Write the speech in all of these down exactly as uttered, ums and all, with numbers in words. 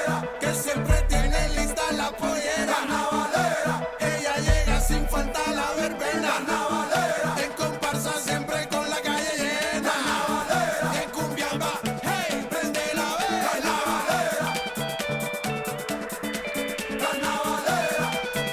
Carnavalera, que siempre tiene lista la pollera. Carnavalera, ella llega sin falta la verbena. Carnavalera, en comparsa siempre con la calle llena. Carnavalera, en Cumbiamba, hey, prende la vela. Carnavalera, carnavalera.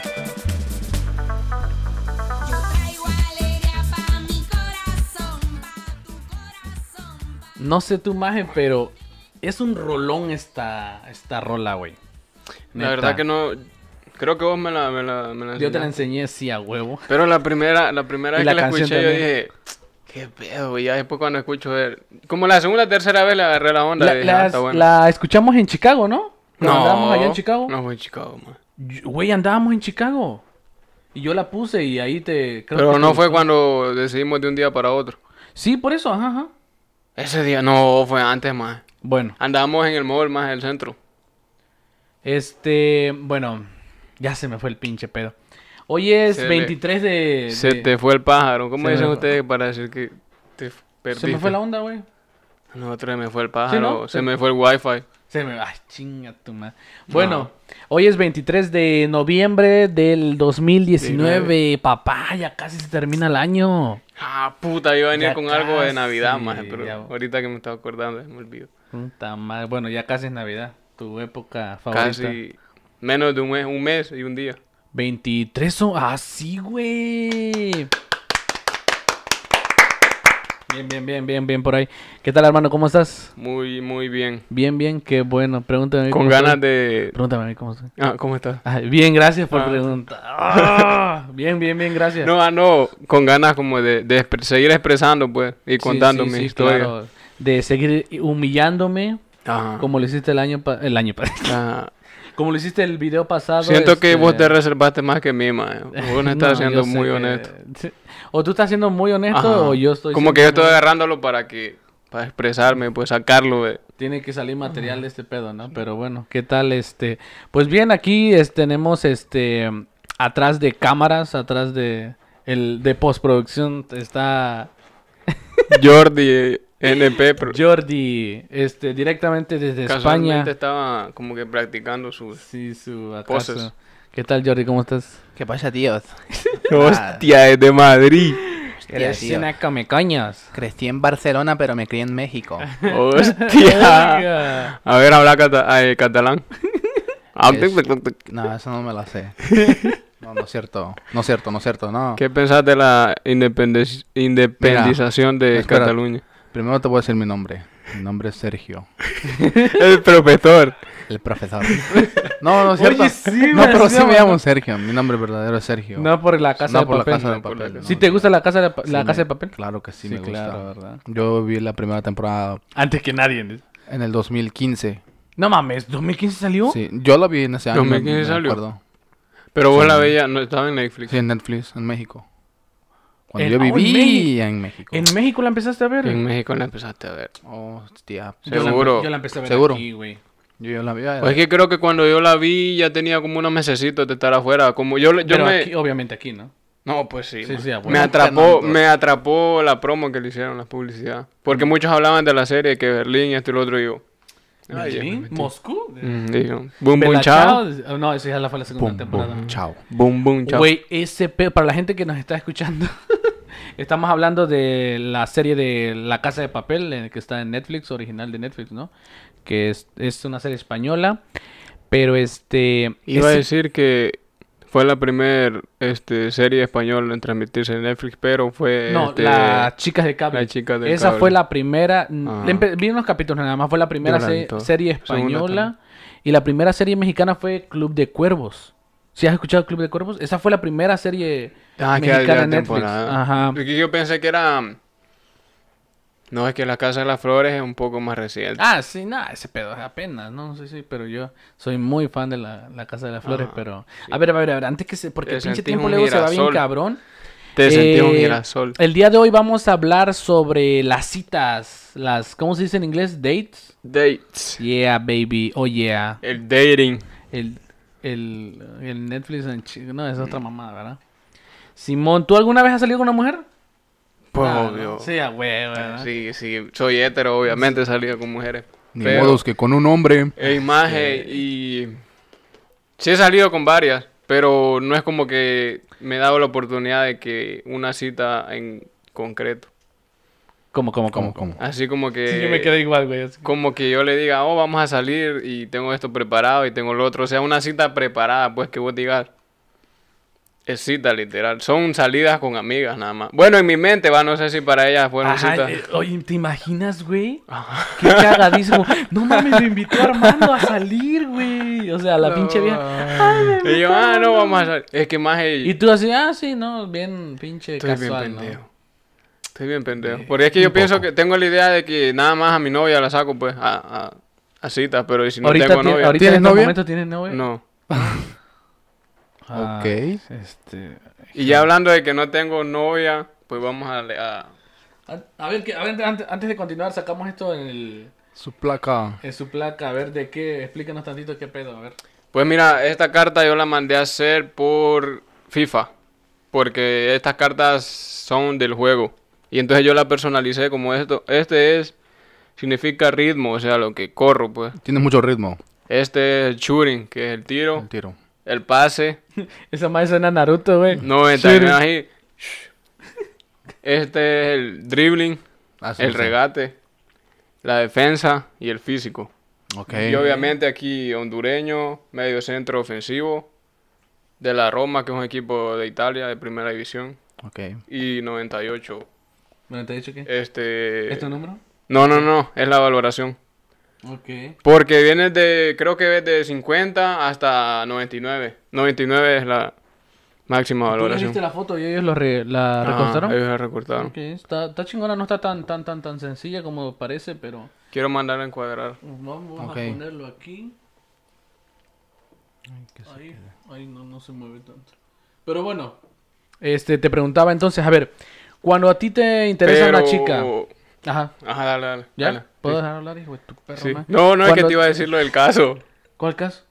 Yo traigo alegría pa' mi corazón, pa' tu corazón, pa' No sé tú, maje, pero es un rolón esta, esta rola, güey. La Neta. verdad que no... Creo que vos me la, me la, me la Yo te la enseñaste. enseñé, sí, a huevo. Pero la primera, la primera Y vez la que la canción escuché yo también. dije... ¿Qué pedo, güey? Ya después cuando escucho... El... Como la segunda o tercera vez le agarré la onda. La, y dije, ah, las- está bueno. la escuchamos en Chicago, ¿no? Cuando andábamos allá en Chicago. No fue en Chicago, man. Yo- Güey, andábamos en Chicago. Y yo la puse y ahí te... creo Pero que no te fue gustó. cuando decidimos de un día para otro. Sí, por eso, ajá, ajá. Ese día no, fue antes, más. Bueno, Andábamos en el mall más del centro. este... Bueno, ya se me fue el pinche pedo. Hoy es Se le- veintitrés de... Se de- te fue el pájaro. ¿Cómo Se dicen me- ustedes para decir que te f- perdiste? Se me fue la onda, güey. Nosotros me fue el pájaro. ¿no? Se Se- me fue el wifi. Se me... Ay, chinga tu madre. Bueno, hoy es veintitrés de noviembre del dos mil diecinueve. Papá, ya casi se termina el año. Ah, puta, iba a venir Ya con algo de casi, Navidad, más. Pero ya. ahorita que me estaba acordando, me olvido. Puta madre. Bueno, ya casi es Navidad. Tu época favorita. Casi menos de un mes, un mes y un día. veintitrés son... Ah, sí, güey. Bien, bien, bien, bien, bien por ahí. ¿Qué tal, hermano? ¿Cómo estás? Muy, muy bien. Bien, bien, qué bueno. Pregúntame. Con cómo ganas estoy. de... Pregúntame a mí cómo estoy. Ah, ¿cómo estás? Ay, bien, gracias por Ah. preguntar. Ah, bien, bien, bien, gracias. No, ah, no, con ganas como de, de expre- seguir expresando, pues, y Sí, contando sí, mi sí, historia. claro. De seguir humillándome, Ajá. como lo hiciste el año pa- el año pasado. Ajá. Como lo hiciste el video pasado. Siento que este, vos te reservaste más que mí, man. Vos no estás no, siendo yo sé muy que- honesto. sí. O tú estás siendo muy honesto Ajá. o yo estoy Como que siendo yo estoy muy- agarrándolo para que... Para expresarme, pues sacarlo de... Tiene que salir material de este pedo, ¿no? Pero bueno, ¿qué tal este? Pues bien, aquí es- tenemos este atrás de cámaras, atrás de el de postproducción está Jordi N P, pero Jordi, este directamente desde España. casualmente estaba como que practicando sus... Sí, su acaso. Poses. ¿Qué tal, Jordi? ¿Cómo estás? ¿Qué pasa, tíos? Hostia, es de Madrid. Hostia, Eres tío. una come coños. Crecí en Barcelona, pero me crié en México. Hostia. A ver, habla cata- eh, catalán. No, eso no me lo sé. No, no es cierto. No es cierto, no es cierto, no. ¿Qué pensás de la independez- independización de espera. Cataluña? Primero te voy a decir mi nombre. Mi nombre es Sergio, El profesor. el profesor. No, no es cierto. Oye, sí, no, pero me sí me decía, llamo Sergio. Mi nombre verdadero es Sergio. No por la casa No de por la papel. casa de no por la papel. casa. ¿Sí no, te sí. gusta la casa de, pa- Sí la me- casa de papel? Claro que sí, Sí, me gusta. claro, ¿verdad? Yo vi la primera temporada Antes que nadie. ¿no? en el dos mil quince. No mames, ¿dos mil quince salió? Sí, yo la vi en ese año. ¿dos mil me- quince me salió? acuerdo. Pero vos Sí. la veías, no estaba en Netflix. Sí, en Netflix, en México. Cuando En- yo oh, en vivía en México. ¿En México la empezaste a ver? En México la empezaste a ver. Hostia. Yo la- Seguro. Yo la empecé a ver Seguro. aquí, güey. Yo, yo la vi. ah, Pues es que creo que cuando yo la vi ya tenía como unos mesecitos de estar afuera. Como yo, yo Pero me... aquí, obviamente aquí, ¿no? No, pues sí. Sí, man. sí, a huevo. me atrapó, Fernando. me atrapó la promo que le hicieron, la publicidad. Porque muchos hablaban de la serie, que Berlín, esto y lo otro, y yo... ay, ya me ¿Berlín? metí. ¿Moscú? Mm, digo, boom, boom, Bella chao. Ciao. No, esa ya la fue la segunda Pum, temporada. pum, chao. Boom, boom, chao. Güey, ese pe- para la gente que nos está escuchando, estamos hablando de la serie de La Casa de Papel, eh, que está en Netflix, original de Netflix, ¿no? Que es, es una serie española, pero este... Iba a ese- decir que fue la primera este, serie española en transmitirse en Netflix, pero fue... No, este, las chicas de cable. Las Chicas del Esa Cable. fue la primera... Ajá. le empe- Vi unos capítulos nada más, fue la primera Yo la vi se- todo. serie Segunda española. también. Y la primera serie mexicana fue Club de Cuervos. ¿Sí has escuchado Club de Cuervos? Esa fue la primera serie Ah, que mexicana había en Netflix. temporada. Ajá. Porque yo pensé que era... No, es que La Casa de las Flores es un poco más reciente. Ah, sí, nada, ese pedo es apenas, ¿no? Sí, sí, pero yo soy muy fan de la, la Casa de las Flores, Ajá, pero... A ver, a ver, a ver, antes que se... Porque Te el pinche sentís tiempo un luego se va bien girasol. cabrón. Te sentí un Eh, girasol. El día de hoy vamos a hablar sobre las citas, las... ¿Cómo se dice en inglés? ¿Dates? Dates. Yeah, baby, oh yeah. El dating. El, el, el Netflix en chi- no, es otra mamada, ¿verdad? Simón, ¿tú alguna vez has salido con una mujer? Pues Ah, obvio. ¿no? Sí, a huevo, ¿verdad? Sí, sí. Soy hétero, obviamente he salido con mujeres. Ni Pero- modos que con un hombre. E imagen y... Sí he salido con varias, pero no es como que me he dado la oportunidad de que una cita en concreto. ¿Cómo, cómo, ¿Cómo, cómo? cómo? Así como que... Sí, yo me quedé igual, güey. así. Como que yo le diga, oh, vamos a salir y tengo esto preparado y tengo lo otro. O sea, una cita preparada, pues que vos digas. Es cita, literal. Son salidas con amigas nada más. Bueno, en mi mente, va, no sé si para ellas fueron Ajá, citas. eh, oye, ¿te imaginas, güey? Qué cagadísimo. No mames, lo invitó Armando a salir, güey. O sea, la pinche vieja. Ay, me Y yo, invitó ah, no, Armando". vamos a salir. Es que más... Y tú así, ah, sí, no, bien pinche Estoy bien casual, ¿no? pendejo. Estoy bien pendejo. Porque es que yo pienso que tengo la idea de que nada más a mi novia la saco, pues, a, a, a citas. Pero ¿y si no ahorita tengo tiene- novia? ahorita en ¿Tienes este novia? momento tienes novia. No. Ah, Ok. Este... Y ya hablando de que no tengo novia, pues vamos a... a- A, a ver, que, a ver antes, antes de continuar, sacamos esto en, el, Su placa. en su placa. A ver, ¿de qué? Explícanos tantito qué pedo, a ver. Pues mira, esta carta yo la mandé a hacer por FIFA. Porque estas cartas son del juego. Y entonces yo la personalicé como esto. Este es... Significa ritmo, o sea, lo que corro, pues. Tienes mucho ritmo. Este es el shooting, que es el tiro. El tiro. El pase. Esa madre suena a Naruto, güey. noventa y Sí, nueve ahí. Este es el dribbling, Ah, sí, el sí. regate, la defensa y el físico. Ok. Y obviamente aquí hondureño, medio centro ofensivo, de la Roma, que es un equipo de Italia de primera división, Ok. y noventa y ocho. Bueno, ¿te he dicho qué? Este... ¿Es tu número? No, no, no, es la valoración. Ok. Porque viene de, creo que es de cincuenta hasta noventa y nueve. noventa y nueve es la máxima ¿Tú le valoración. viste la foto y ellos lo re- la Ajá, recortaron? ellos la recortaron. Ok, está, está chingona, no está tan, tan, tan, tan sencilla como parece, pero... Quiero mandar a encuadrar. Vamos Ok. a ponerlo aquí. Ahí, ahí no, no se mueve tanto. Pero bueno, este, te preguntaba entonces, a ver, cuando a ti te interesa Pero... una chica... Ajá, Ajá, dale, dale. ¿ya? dale. ¿Puedo Sí. dejar hablar, hijo de tu perro, Sí. man? No, no es que Cuando- te iba a decir lo del caso. ¿Cuál caso?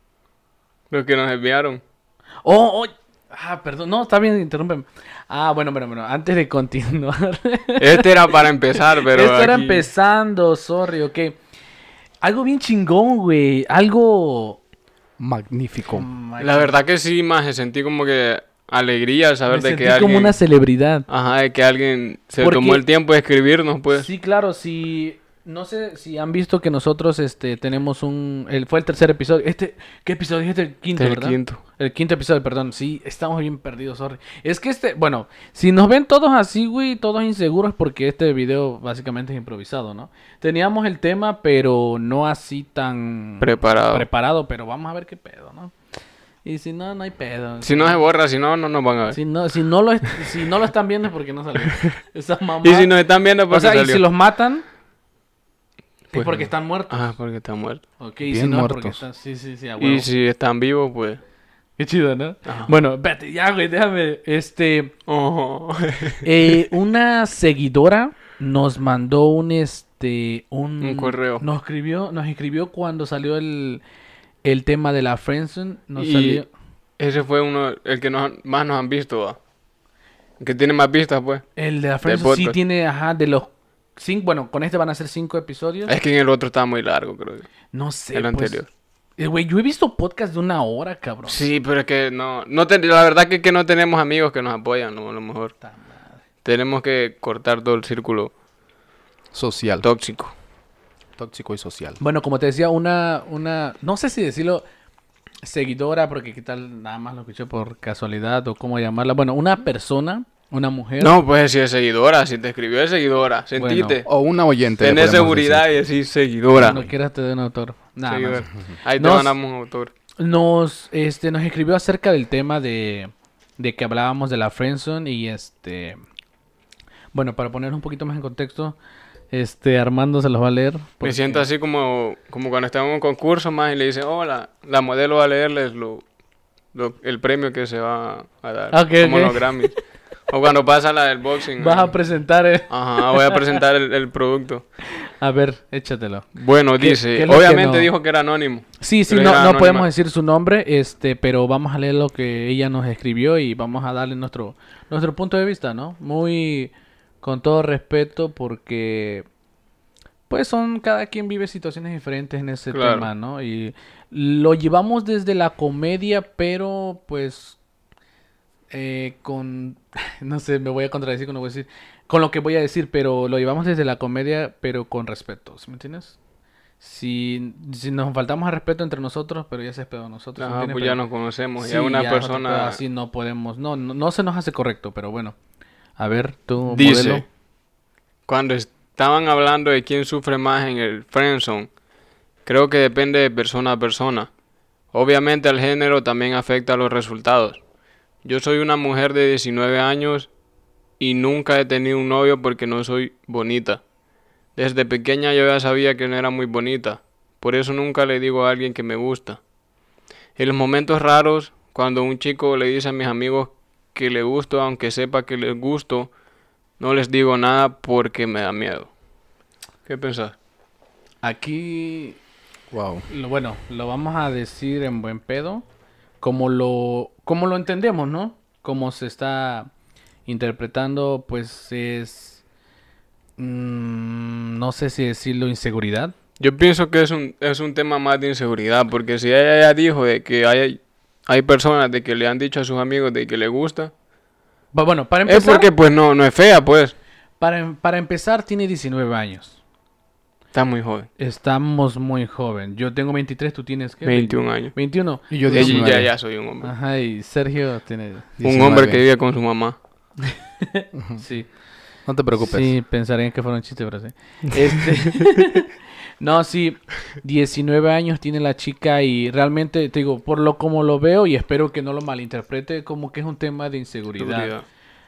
Lo que nos enviaron. Oh, oh, ah, perdón, no, está bien, interrúmpeme. Ah, bueno, bueno, bueno, antes de continuar. Este era para empezar, pero. Esto era aquí- empezando, sorry, ok. Algo bien chingón, güey, algo... Magnífico. La verdad que sí, más se sentí como que alegría al saber Me de sentí que alguien. como una celebridad. Ajá, de que alguien se Porque- tomó el tiempo de escribirnos, pues. Sí, claro, si no sé si han visto que nosotros este tenemos un el fue el tercer episodio. Este ¿qué episodio es este? El quinto, Este es el ¿verdad? quinto. El quinto episodio, perdón. Sí, estamos bien perdidos, sorry. Es que este, bueno, si nos ven todos así, güey, todos inseguros porque este video básicamente es improvisado, ¿no? Teníamos el tema, pero no así tan Preparado. preparado, pero vamos a ver qué pedo, ¿no? Y si no, no hay pedo. Si no se borra, si no, no nos van a ver. Si no, si no lo, est- si no lo están viendo es porque no salió. Esa mamá. Y si nos están viendo, pues O sea, y salió. si los matan, es Pues porque no. están muertos. Ajá, porque están muertos. Ok, y si Bien no, es porque muertos. están... Sí, sí, sí, a huevo. Y si están vivos, pues. Qué chido, ¿no? Ajá. Bueno, espérate, ya, güey, déjame. Este, Ojo. eh, una seguidora nos mandó un, este, un... Un correo. Nos escribió, nos escribió cuando salió el, el tema de la friendzone. Nos Y salió... ese fue uno, el que nos, más nos han visto, ¿va? El que tiene más vistas, pues. El de la friendzone sí podcast. tiene, ajá, de los... Cinco, bueno, con este van a ser cinco episodios. Es que en el otro estaba muy largo, creo. yo. No sé, el pues, anterior. eh, güey, yo he visto podcast de una hora, cabrón. Sí, pero es que no, no te- la verdad que, que no tenemos amigos que nos apoyan, ¿no? A lo mejor. Puta madre. Tenemos que cortar todo el círculo Social. tóxico. Tóxico y social. Bueno, como te decía, una, una, no sé si decirlo seguidora, porque qué tal, nada más lo escuché por casualidad o cómo llamarla. Bueno, una persona, una mujer. No, pues si es seguidora, si te escribió es seguidora, sentite. Bueno, O una oyente. le Tenés podemos seguridad decir. y decís seguidora. Cuando quieras te doy un autor. Nada Seguidora. más. Ahí te Nos- mandamos un autor. Nos, este, nos escribió acerca del tema de, de que hablábamos de la friendzone y este, bueno, para poner un poquito más en contexto, este, Armando se los va a leer. Me porque- siento así como, como cuando estamos en un concurso más y le dicen, hola, la modelo va a leerles lo, lo- el premio que se va a dar. Ok, como ok. los Grammys. O cuando pasa la del boxing. Vas ahí. a presentar, eh. Ajá, voy a presentar el, el producto. A ver, échatelo. Bueno, ¿Qué- dice, qué es lo que obviamente no? dijo que era anónimo. Sí, sí, Pero no, era no anónima. podemos decir su nombre, este, pero vamos a leer lo que ella nos escribió y vamos a darle nuestro, nuestro punto de vista, ¿no? Muy con todo respeto porque pues son, cada quien vive situaciones diferentes en ese Claro. tema, ¿no? Y lo llevamos desde la comedia, pero pues eh, con, no sé, me voy a contradecir con lo, que voy a decir, con lo que voy a decir, pero lo llevamos desde la comedia, pero con respeto, ¿sí me entiendes? Si, si nos faltamos al respeto entre nosotros, pero ya se pedo a nosotros, ¿me Ajá, entiendes? pues Pero- ya nos conocemos. sí, ya una ya es otro pedo, persona así no podemos, no, no, no se nos hace correcto, pero bueno. A ver, tú, dice, modelo. cuando estaban hablando de quién sufre más en el friendzone, creo que depende de persona a persona. Obviamente el género también afecta a los resultados. Yo soy una mujer de diecinueve años y nunca he tenido un novio porque no soy bonita. Desde pequeña yo ya sabía que no era muy bonita, por eso nunca le digo a alguien que me gusta. En los momentos raros, cuando un chico le dice a mis amigos que le gusto, aunque sepa que les gusto, no les digo nada porque me da miedo. ¿Qué pensás? Aquí, Wow. lo, bueno, lo vamos a decir en buen pedo, como lo, como lo entendemos, ¿no? Como se está interpretando, pues es, mm, no sé si decirlo inseguridad. Yo pienso que es un, es un tema más de inseguridad, porque si ella ya dijo de que hay, hay personas de que le han dicho a sus amigos de que le gusta, Bu- Bueno, para es empezar, porque pues no, no es fea, pues. para, para empezar tiene diecinueve años. Está muy joven. Estamos muy joven. Yo tengo veintitrés, tú tienes ¿qué? veintiún años. veintiuno. Y yo Ella- diecinueve. ya, ya soy un hombre. Ajá, y Sergio tiene Un diecinueve. hombre que vive con su mamá. sí. No te preocupes. Sí, pensarían que fuera un chiste, pero sí. Este... no, sí, diecinueve años tiene la chica y realmente, te digo, por lo como lo veo y espero que no lo malinterprete, como que es un tema de inseguridad. Seguridad.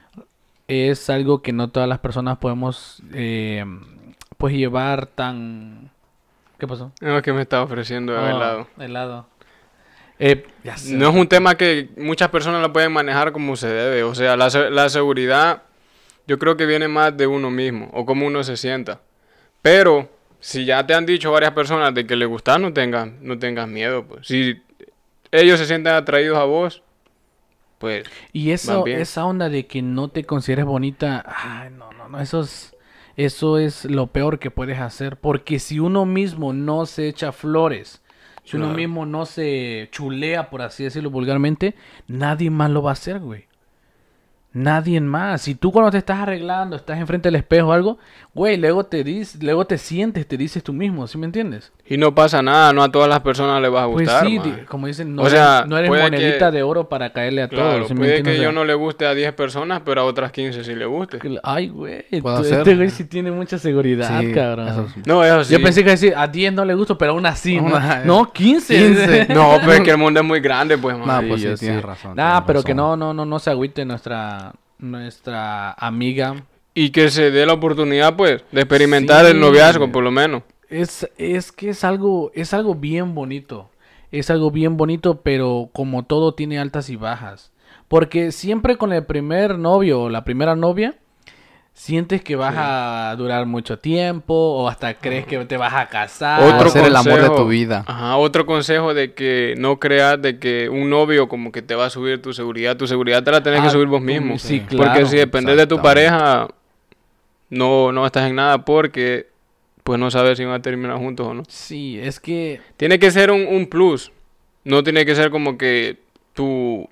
Es algo que no todas las personas podemos, eh, pues, llevar tan... ¿Qué pasó? No, es que me está ofreciendo Oh, helado. helado. Eh, ya sé. No es un tema que muchas personas lo pueden manejar como se debe. O sea, la, se- la seguridad yo creo que viene más de uno mismo o cómo uno se sienta. Pero si ya te han dicho varias personas de que le gusta, no tengas, no tengas miedo. Pues. Si ellos se sienten atraídos a vos, pues Y eso, Van bien. esa onda de que no te consideres bonita, ay, no, no, no, eso es, eso es lo peor que puedes hacer, porque si uno mismo no se echa flores, si uno Claro. mismo no se chulea, por así decirlo vulgarmente, nadie más lo va a hacer, güey. Nadie más. Si tú cuando te estás arreglando, estás enfrente del espejo o algo, güey, luego te dices, luego te sientes, te dices tú mismo, ¿sí me entiendes? y no pasa nada, no a todas las personas les va a Pues gustar. sí, man. di- como dicen, no, O sea, eres, no eres puede monedita que- de oro para caerle a Claro, todos, ¿sí me puede entiendes? que O sea, yo no le guste a diez personas, pero a otras quince sí le guste. que- Ay, güey, ¿Puedo tú- hacer? este güey sí tiene mucha seguridad, Sí, cabrón. eso sí. No, eso sí. Yo pensé que decir, a diez no le gusto, pero aún así, ¿no? Una- No, quince. quince. No, pero es que el mundo es muy grande, pues, man. No, Sí, pues sí, yo tienes sí. razón. Nah, tienes pero que razón. no, no, no, no se agüite nuestra, nuestra amiga. Y que se dé la oportunidad, pues, de experimentar Sí. el noviazgo, por lo menos. Es, es que es algo, es algo bien bonito. Es algo bien bonito, pero como todo tiene altas y bajas. Porque siempre con el primer novio o la primera novia, sientes que vas Sí. a durar mucho tiempo o hasta crees que te vas a casar. Va a ser el amor de tu vida. Ajá, otro consejo de que no creas de que un novio como que te va a subir tu seguridad. Tu seguridad te la tenés Ah, que subir vos tú- mismo. sí, Porque claro, si dependes de tu exactamente. pareja, no, no estás en nada porque pues no sabes si van a terminar juntos o no. Sí, es que Tiene que ser un, un plus. No tiene que ser como que tú...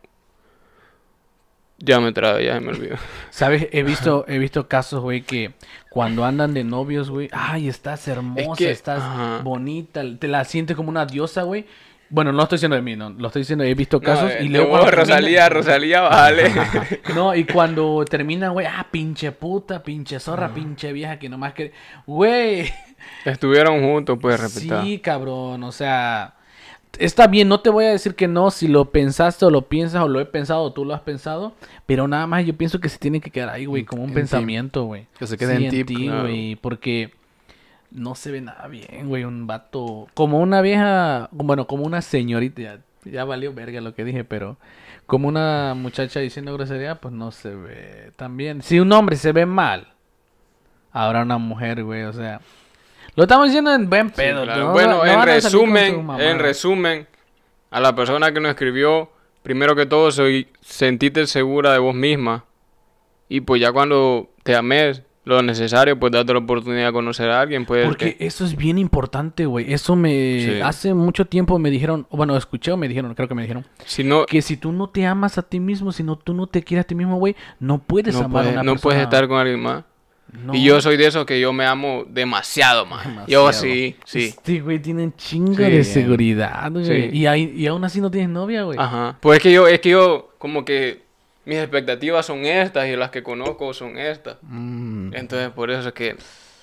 Ya me trae, ya se me olvidó. ¿sabes? He visto, he visto casos, güey, que cuando andan de novios, güey, ay, estás hermosa, que- estás ajá. bonita, te la sientes como una diosa, güey. Bueno, no lo estoy diciendo de mí, no, lo estoy diciendo, he visto No, casos eh, y de luego vos, cuando Rosalía, terminan- Rosalía, vale. No, y cuando terminan, güey, ah, pinche puta, pinche zorra, pinche vieja que nomás que, güey, Estuvieron juntos, pues, respetar. sí, cabrón, o sea, está bien, no te voy a decir que no si lo pensaste o lo piensas o lo he pensado o tú lo has pensado, pero nada más yo pienso que se tiene que quedar ahí, güey, como un En ti. pensamiento, güey. Que se quede Sí, en ti, claro. güey, porque no se ve nada bien, güey, un vato, como una vieja, bueno, como una señorita, ya, ya valió verga lo que dije, pero como una muchacha diciendo grosería, pues no se ve tan bien. Si un hombre se ve mal, ahora una mujer, güey, o sea, lo estamos diciendo en buen Sí, pedo. claro. ¿no? Bueno, No en van a salir con sus resumen, mamadas. en resumen, a la persona que nos escribió, primero que todo, soy, sentite segura de vos misma. Y pues ya cuando te ames, lo necesario, pues date la oportunidad de conocer a alguien, pues... Porque que- eso es bien importante, güey. Eso me... Sí. Hace mucho tiempo me dijeron... o Bueno, escuché o me dijeron, creo que me dijeron... si no, Que si tú no te amas a ti mismo, si no, tú no te quieres a ti mismo, güey, no puedes no, amar puedes, a una no persona. puedes estar con alguien más. No. Y yo soy de esos que yo me amo demasiado, man. Demasiado. Yo sí, sí. Este güey tiene un chingo Sí. de seguridad, güey. Sí. Y, ahí- y aún así no tienes novia, güey. Ajá. Pues es que yo, es que yo, como que mis expectativas son estas y las que conozco son estas. Mm. Entonces, por eso es que...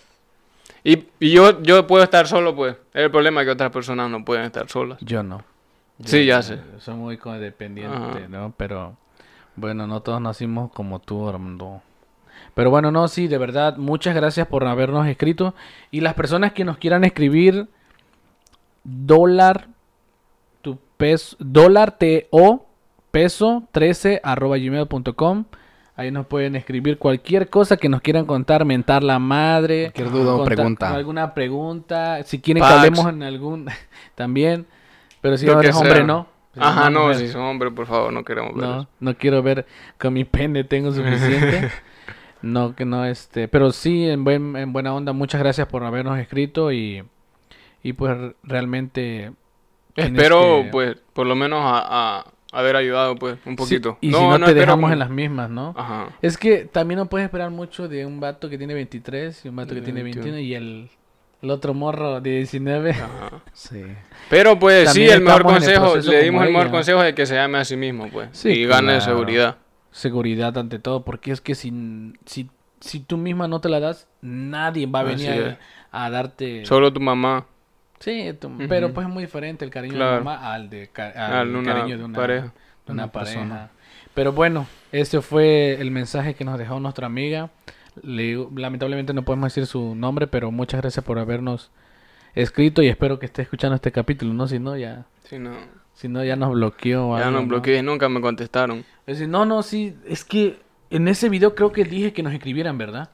Y, y yo, yo puedo estar solo, pues. El problema es que otras personas no pueden estar solas. Yo no. Yo Sí, ya no, sé. Soy muy codependiente, Ajá. ¿no? Pero, bueno, no todos nacimos como tú, Armando. Pero bueno, no, sí, de verdad, muchas gracias por habernos escrito. Y las personas que nos quieran escribir, dólar, tu peso, dólar T O, peso trece arroba gmail punto com. Ahí nos pueden escribir cualquier cosa que nos quieran contar, mentar la madre. Cualquier duda o contar- pregunta. Alguna pregunta. Si quieren Fax. que hablemos en algún... También. Pero si Lo no que eres hombre, sea. no. Si Ajá, eres no, mujer, si son hombres, por favor, no queremos ver no, eso. no quiero ver con mi pene, tengo suficiente. No, que no, este... Pero sí, en, buen, en buena onda, muchas gracias por habernos escrito y... Y pues realmente... tienes Espero, que- pues, por lo menos a, a haber ayudado, pues, un Sí, poquito. y si no, te espero dejamos como- en las mismas, ¿no? Ajá. Es que también no puedes esperar mucho de un vato que tiene veintitrés y un vato que De tiene veintiuno. veintiuno y el, el otro morro de diecinueve. Ajá. Sí. Pero pues También sí, el mejor estamos en el consejo, proceso le como dimos el mejor ella. consejo de que se llame a sí mismo, pues. Sí, y gane claro. seguridad. Seguridad ante todo, porque es que si, si, si tú misma no te la das, nadie va a Así venir es. a, a darte... Solo tu mamá, Sí, tu- Ujú. pero pues es muy diferente el cariño de Claro. mamá al, de ca- al Al de una cariño de una pareja. de una Una pareja. persona. Pero bueno, ese fue el mensaje que nos dejó nuestra amiga. Le- lamentablemente no podemos decir su nombre, pero muchas gracias por habernos escrito y espero que esté escuchando este capítulo, ¿no? Si no, ya, si no, si no, ya nos bloqueó. o ya algo, nos ¿no? bloqueé y nunca me contestaron. Es decir, no, no, sí, es que en ese video creo que dije que nos escribieran, ¿verdad?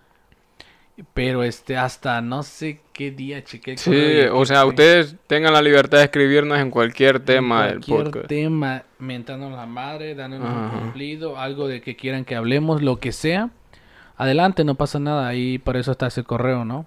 Pero este, hasta no sé qué día chequé. el Sí, correo y o que sea, fue ustedes tengan la libertad de escribirnos en cualquier tema del cualquier podcast. tema, mentándonos la madre, dándonos un Ajá. cumplido, algo de que quieran que hablemos, lo que sea. Adelante, no pasa nada, ahí por eso está ese correo, ¿no?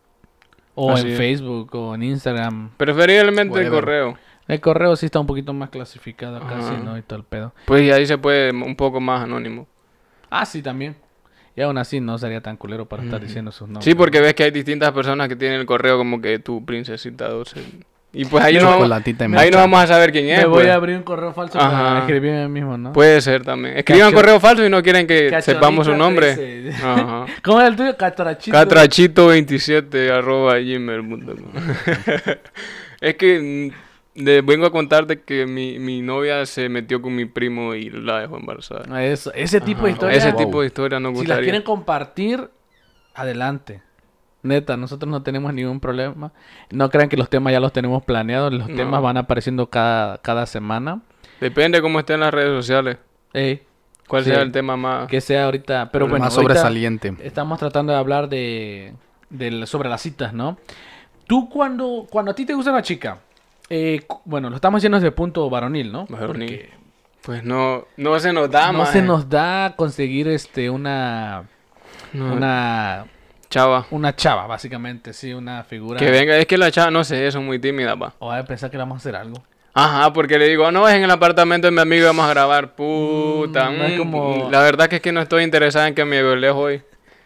O Así en es. Facebook o en Instagram. Preferiblemente el Whatever. correo. El correo sí está un poquito más clasificado casi, Ajá. ¿no? Y todo el pedo. Pues y ahí se puede un poco más anónimo. Ah, sí, también. Y aún así no sería tan culero para estar Ujú. diciendo sus nombres. Sí, porque ves que hay distintas personas que tienen el correo como que tu princesita doce. Y pues ahí Me no, vamos, Chocolatita y ahí mecha. no vamos a saber quién es. Me voy pues. a abrir un correo falso para Ajá. escribirme a mí mismo, ¿no? Puede ser también. Escriban Cacho- correo falso y no quieren que Cachorrita sepamos su nombre. trece. Ajá. ¿Cómo era el tuyo? Catrachito. Catrachito veintisiete arroba gmail punto com. Es que mm, le vengo a contarte que mi, mi novia se metió con mi primo y la dejó embarazada. Eso, ese tipo de Ajá. historias. Ese Wow. tipo de historia nos Si las gustaría. quieren compartir, adelante. Neta, nosotros no tenemos ningún problema. No crean que los temas ya los tenemos planeados. Los No. temas van apareciendo cada, cada semana. Depende cómo estén las redes sociales. Ey, Cuál Sí. sea el tema más. que sea ahorita. Pero El bueno, más ahorita sobresaliente. estamos tratando de hablar de, de- sobre las citas, ¿no? Tú cuando, cuando a ti te gusta una chica, eh, cu- bueno, lo estamos diciendo desde el punto varonil, ¿no? Varonil. Porque Pues no, no se nos da no más. se nos da conseguir este una No. una Chava. una chava, básicamente, sí, una figura. Que venga, es que la chava, no sé, son muy tímidas, pa. O va a pensar que le vamos a hacer algo. Ajá, porque le digo, no, es en el apartamento de mi amigo y vamos a grabar. Puta, Mm, no es mm, como- la verdad que es que no estoy interesada en que me goles hoy.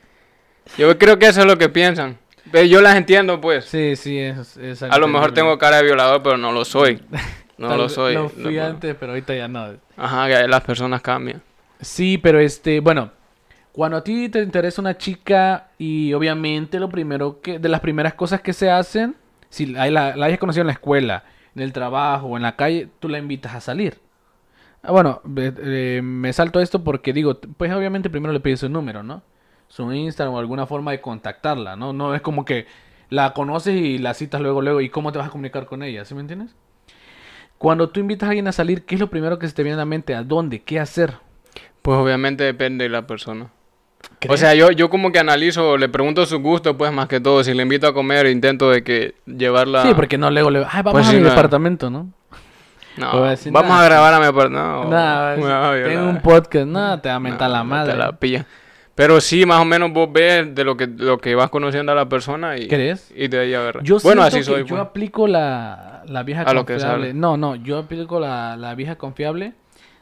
Yo creo que eso es lo que piensan. Ve, yo las entiendo, pues. Sí, sí, es, es algo A lo mejor terrible. tengo cara de violador, pero no lo soy. No Tal lo vez soy. Lo No, fui no. antes, pero ahorita ya no. Ajá, que las personas cambian. Sí, pero este, bueno, cuando a ti te interesa una chica y obviamente lo primero que, de las primeras cosas que se hacen, si hay la, la hayas conocido en la escuela, en el trabajo o en la calle, tú la invitas a salir. Ah, bueno, ve- eh, me salto esto porque digo, pues obviamente primero le pides su número, ¿no? Su Instagram o alguna forma de contactarla, ¿no? No es como que la conoces y la citas luego, luego, ¿y cómo te vas a comunicar con ella? ¿Sí me entiendes? Cuando tú invitas a alguien a salir, ¿qué es lo primero que se te viene a la mente? ¿A dónde? ¿Qué hacer? Pues obviamente depende de la persona. O ¿Crees? sea, yo, yo como que analizo, le pregunto su gusto, pues más que todo. Si le invito a comer, intento de que llevarla... Sí, porque no luego le ay, vamos Pues a sí, mi no. departamento, ¿no? No, Voy a decir, vamos nada. a grabar a mi apartamento. No, Nada, me va a violar. tengo un podcast, no, te va a mentar No, la no madre. te la pilla. Pero sí, más o menos vos ves de lo que, lo que vas conociendo a la persona y, ¿Crees? y de ahí agarras. Yo Bueno, siento así que soy. yo pues. aplico la, la vieja A lo que confiable. sale. No, no, yo aplico la, la vieja confiable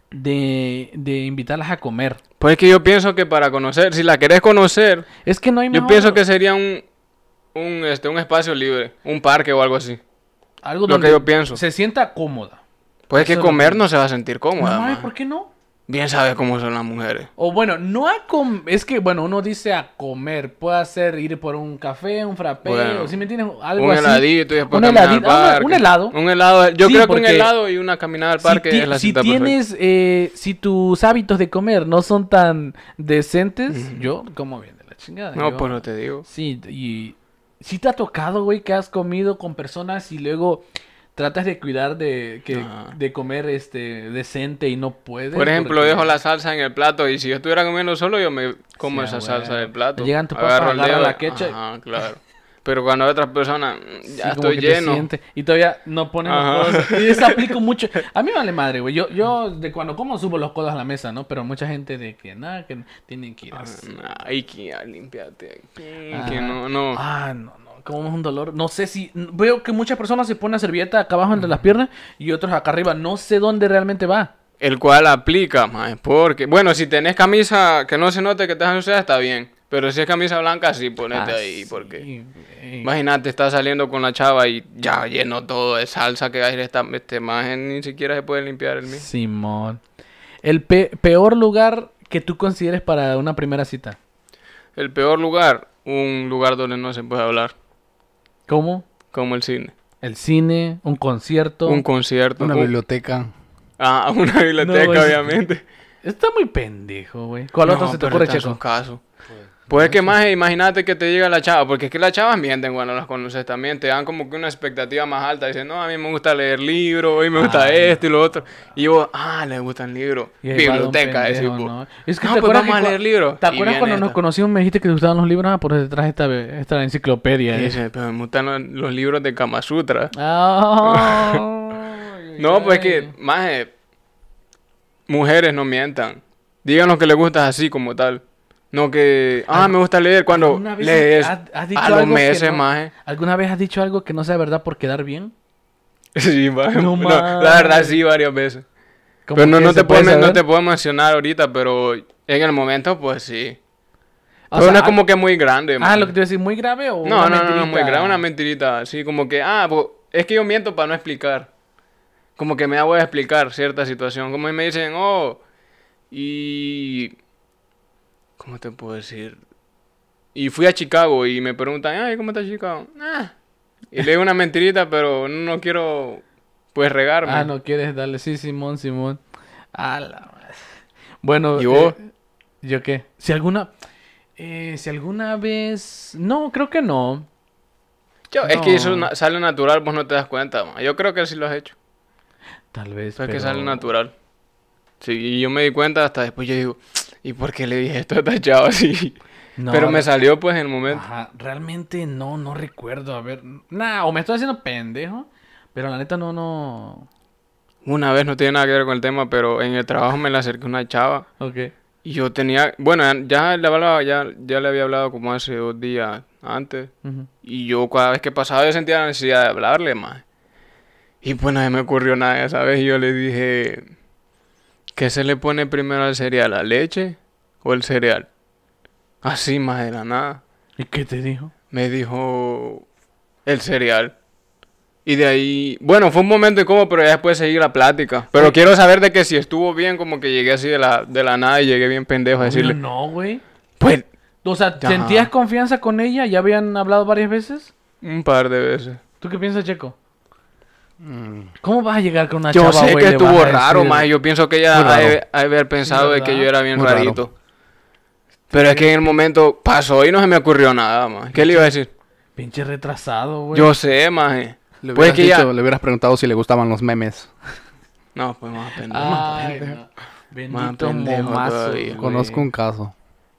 de, de invitarlas a comer. Pues es que yo pienso que para conocer, si la querés conocer, Es que no hay yo mejor... pienso que sería un, un, este, un espacio libre, un parque o algo así. algo lo donde que yo pienso. se sienta cómoda. Pues es que Eso es lo comer que- no se va a sentir cómoda. No, mames, maje. ¿por qué no? Bien sabes cómo son las mujeres. O bueno, no a comer, es que bueno, uno dice a comer, puede ser ir por un café, un frappé, Bueno, o si me entiendes, algo Un así. heladito y después Un caminar heladito, al ah, parque. un helado. Un helado. Yo Sí, creo que un porque helado y una caminada al Si, parque ti- es la si cita perfecta. tienes, eh, si tus hábitos de comer no son tan decentes, yo como bien de la chingada. No, yo- pues no te digo. Sí, y si te ha tocado, güey, que has comido con personas y luego tratas de cuidar de que Ajá. de comer este decente y no puedes. Por ejemplo, porque- dejo la salsa en el plato y si yo estuviera comiendo solo, yo me como Sí, esa ah, salsa güey. del plato. Llegan tus papas, Agarro el agarra dedo la y- ketchup. Ajá, claro. Pero cuando hay otras personas, Sí, ya como estoy que te lleno. sientes, y todavía no ponen Ajá. los codos. Y eso aplico mucho. A mí me vale madre, güey. Yo, yo de cuando como subo los codos a la mesa, ¿no? Pero mucha gente de que nada, que tienen que ir así. Ay, que ya, límpiate. Que Ah. que no, no. Ah, no, no. Como es un dolor. No sé si. Veo que muchas personas se ponen la servilleta acá abajo entre las piernas y otros acá arriba. No sé dónde realmente va. El cual aplica, más porque, bueno, si tenés camisa que no se note que te vas a ensuciar, está bien. Pero si es camisa blanca, sí, ponete Ah, ahí, sí, porque... güey. Imagínate, estás saliendo con la chava y ya lleno todo de salsa que hay esta, este imagen, ni siquiera se puede limpiar el mismo. Simón. El pe- peor lugar que tú consideres para una primera cita. El peor lugar, un lugar donde no se puede hablar, ¿Cómo? como el cine. El cine, un concierto. Un concierto. Una un- biblioteca. Ah, una biblioteca, No, es- obviamente. Está muy pendejo, güey. ¿Cuál otro No, se te pero ocurre, está en Checo? su caso. Pues es que más, imagínate que te llega la chava, porque es que las chavas mienten cuando las conoces también, te dan como que una expectativa más alta, dicen, no, a mí me gusta leer libros, y me gusta Ay, esto y lo otro, y vos, ah, le gustan libros, Y ahí va de un biblioteca, pendejo, decís vos. ¿no? Es que No, te pues acuerdas vamos que a cua- leer libros. ¿Te Y acuerdas viene cuando nos esta. conocimos me dijiste que te gustaban los libros? Ah, por detrás esta, esta enciclopedia. Y eh. dice, pero me gustan los, los libros de Kama Sutra. Ay, No, pues es ay. que, más, mujeres no mientan, digan lo que les gusta así como tal. No que, ah, me gusta leer cuando ¿Alguna vez lees has- has dicho a los algo que meses, no- maje. ¿Alguna vez has dicho algo que no sea verdad por quedar bien? Sí, maje. No No, la verdad mames. sí, varias veces. ¿Cómo Pero no, que no, se te puedo, puede men- no saber? te puedo mencionar ahorita, pero en el momento, pues sí. O Pero sea, no es como ah- que muy grande, Ah, maje. lo que te iba a decir, ¿muy grave o No, una no, no, no, mentirita? muy grave, una mentirita. Así como que, ah, pues, es que yo miento para no explicar. Como que me da a explicar cierta situación. Como me dicen, oh, y... ¿Cómo te puedo decir? Y fui a Chicago y me preguntan, ay, ¿cómo está Chicago? Ah. Y le digo una mentirita, pero no quiero, pues, regarme. Ah, no quieres darle, sí, Simón, Simón. A la madre. Bueno, ¿Y vos? eh, ¿yo qué? Si alguna, eh, si alguna vez, no, creo que no. Yo- Es No. que eso na- sale natural, vos no te das cuenta, ma. Yo creo que sí lo has hecho. Tal vez, Es que pero- sale natural. Sí, y yo me di cuenta hasta después, yo digo, ¿y por qué le dije esto a esta chava así? No, Pero me re- salió pues en el momento. Ajá, realmente no, no recuerdo. A ver, nah, o me estoy haciendo pendejo, pero la neta no, no. Una vez no tiene nada que ver con el tema, pero en el trabajo me le acerqué a una chava Ok. y yo tenía, bueno, ya le hablaba, ya, ya le había hablado como hace dos días antes Ujú. y yo cada vez que pasaba yo sentía la necesidad de hablarle más. Y pues no se me ocurrió nada esa vez y yo le dije, ¿qué se le pone primero al cereal, la leche o el cereal? Así más de la nada. ¿Y qué te dijo? Me dijo el cereal. Y de ahí, bueno, fue un momento incómodo, pero ya después seguí la plática. Pero Oye. quiero saber de que si estuvo bien, como que llegué así de la, de la nada y llegué bien pendejo a decirle, Obvio no, güey. pues, O sea, Ajá. ¿sentías confianza con ella? ¿Ya habían hablado varias veces? un par de veces. ¿Tú qué piensas, Checo? Mm, ¿Cómo vas a llegar con una Yo chava, sé güey, que le vas estuvo a raro, decir- más. Yo pienso que Muy ella ha raro. de, ha de haber pensado de que ¿verdad? yo era bien Muy raro. rarito. Pero es que en el momento pasó y no se me ocurrió nada, más. ¿Qué le iba a decir? Pinche retrasado, güey. Yo sé, más. Le Pues hubieras, que ya... dicho- le hubieras preguntado si le gustaban los memes. No, pues más pendejo. Ay, no. Bendito pendejo momazo, todavía. güey. Conozco un caso.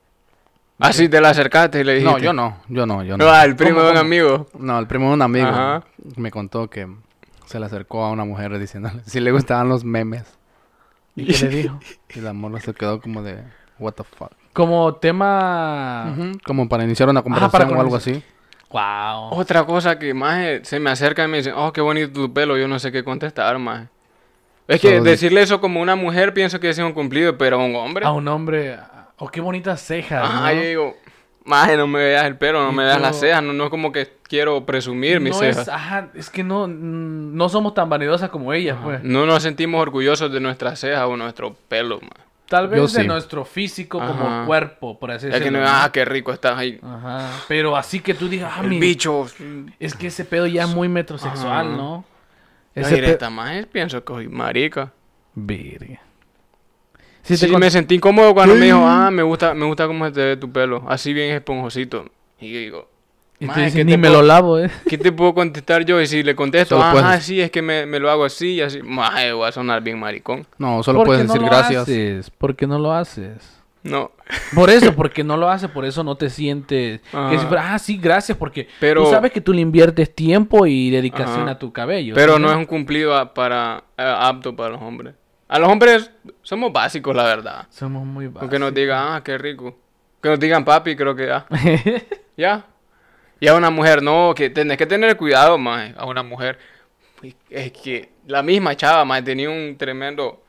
Así te la acercaste y le dijiste. No, yo no, yo no, yo no. No, al primo ¿Cómo, de un cómo? amigo. No, el primo de un amigo Ajá. me contó que se le acercó a una mujer diciéndole si le gustaban los memes. ¿Y qué le dijo? Y la morra se quedó como de... what the fuck. Como tema... Ujú, como para iniciar una para conversación o algo conversa- así. Wow. Otra cosa que más se me acerca y me dicen, oh, qué bonito tu pelo, yo no sé qué contestar, más. Es que Solo di- decirle eso como una mujer pienso que es un cumplido, pero a un hombre. A un hombre... Oh, qué bonitas cejas, Ajá, ¿no? yo digo, maje, no me veas el pelo, no Y me veas tú- las cejas, no, no es como que quiero presumir mis no cejas. es, ajá, es que no, mm, no somos tan vanidosas como ellas, pues. No nos sentimos orgullosos de nuestras cejas o nuestro pelo, maje. Tal vez Yo de sí. nuestro físico como Ajá. cuerpo, por así Es que decirlo. no, ¿no? ah, qué rico estás ahí. Ajá. Pero así que tú digas, ah, El mi- bicho. es que ese pedo ya es muy metrosexual, Ajá. ¿no? La Ese directa, pe- maje, pienso que soy marica. Verga. Si Sí, te con- me sentí incómodo cuando me dijo, ah, me gusta, me gusta cómo se te ve tu pelo, así bien esponjosito. Y yo digo, y tú maje, dices, ¿qué ni te me puedo- lo lavo, ¿eh? ¿qué te puedo contestar yo? Y si le contesto, Solo ajá, puedes- sí, es que me, me lo hago así y así, maje, voy a sonar bien maricón. No, solo ¿Por puedes qué no decir lo gracias. haces? ¿Por qué no lo haces? No, Por eso, porque no lo haces, por eso no te sientes... Que Ajá. si fuera, ah, sí, gracias, porque Pero- tú sabes que tú le inviertes tiempo y dedicación Ajá. a tu cabello. pero ¿sí? no es un cumplido a- para eh, apto para los hombres. A los hombres somos básicos, la verdad. Somos muy básicos. Aunque nos digan, ah, qué rico. Que nos digan papi, creo que ya. Ya. Y a una mujer, no, que tenés que tener cuidado, más a una mujer. Es que la misma chava, más tenía un tremendo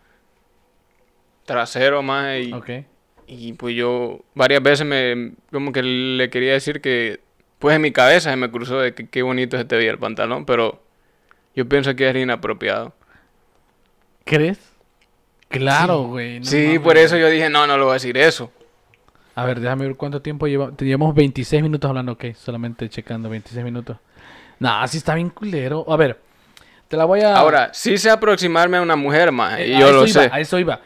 trasero, más y, Ok. y pues yo varias veces me, como que le quería decir que, pues en mi cabeza se me cruzó de que qué bonito se te veía el pantalón, pero yo pienso que era inapropiado. ¿Crees? Claro, güey. no Sí, mames. por eso yo dije, no, no le voy a decir eso. A ver, déjame ver cuánto tiempo llevamos. Llevamos veintiséis minutos hablando, ok. Solamente checando veintiséis minutos. Nah, sí está bien culero. A ver, te la voy a... Ahora, sí sé aproximarme a una mujer, más, Eh, y a yo eso lo iba, sé. A eso iba.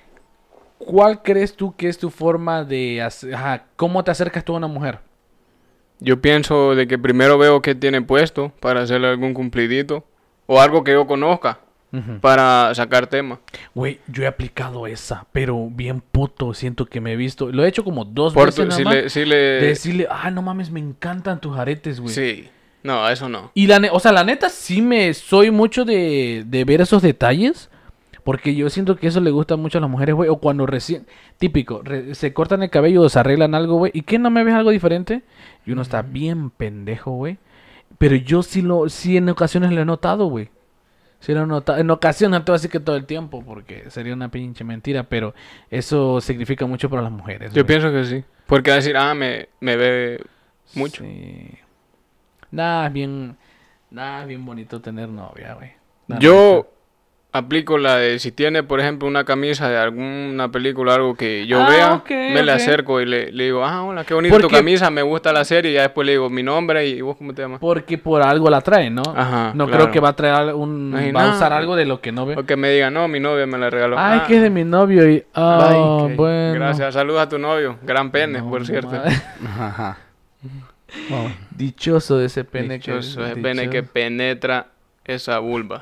¿Cuál crees tú que es tu forma de... hacer- Ajá, ¿cómo te acercas tú a una mujer? Yo pienso de que primero veo qué tiene puesto para hacerle algún cumplidito o algo que yo conozca Ujú. para sacar tema. Güey, yo he aplicado esa, pero bien puto. Siento que me he visto... Lo he hecho como dos Por veces tu- nada si más. le, si De le, decirle, ah, no mames, me encantan tus aretes, güey. sí, no, eso no. Y la, ne- o sea, la neta sí me soy mucho de, de ver esos detalles. Porque yo siento que eso le gusta mucho a las mujeres, güey. O cuando recién, típico, re- se cortan el cabello o se arreglan algo, güey. ¿Y qué, no me ves algo diferente? Y uno está bien pendejo, güey. Pero yo sí lo, sí en ocasiones lo he notado, güey. Sí lo he notado. En ocasiones, no te voy a decir que todo el tiempo, porque sería una pinche mentira. Pero eso significa mucho para las mujeres. Yo güey. pienso que sí. Porque va a decir, ah, me, me ve mucho. Sí. Nada, es bien, nada, es bien bonito tener novia, güey. Nada Yo aplico la de si tiene, por ejemplo, una camisa de alguna película, algo que yo Ah, vea, ok, me le ok. acerco y le, le digo, ah, hola, qué bonita tu Porque- camisa, me gusta la serie, y ya después le digo mi nombre y vos cómo te llamas. Porque por algo la trae, ¿no? Ajá, No claro. creo que va a traer un... Ay, va a no. usar algo de lo que no ve. O que me diga, no, mi novia me la regaló. Ay, Ah, que es de mi novio y... Ah, ok, bueno. Gracias, saludos a tu novio, gran pene, No, por cierto. madre. Ajá. Wow. Dichoso de ese pene Dichoso que... es pene que dichoso. penetra esa vulva.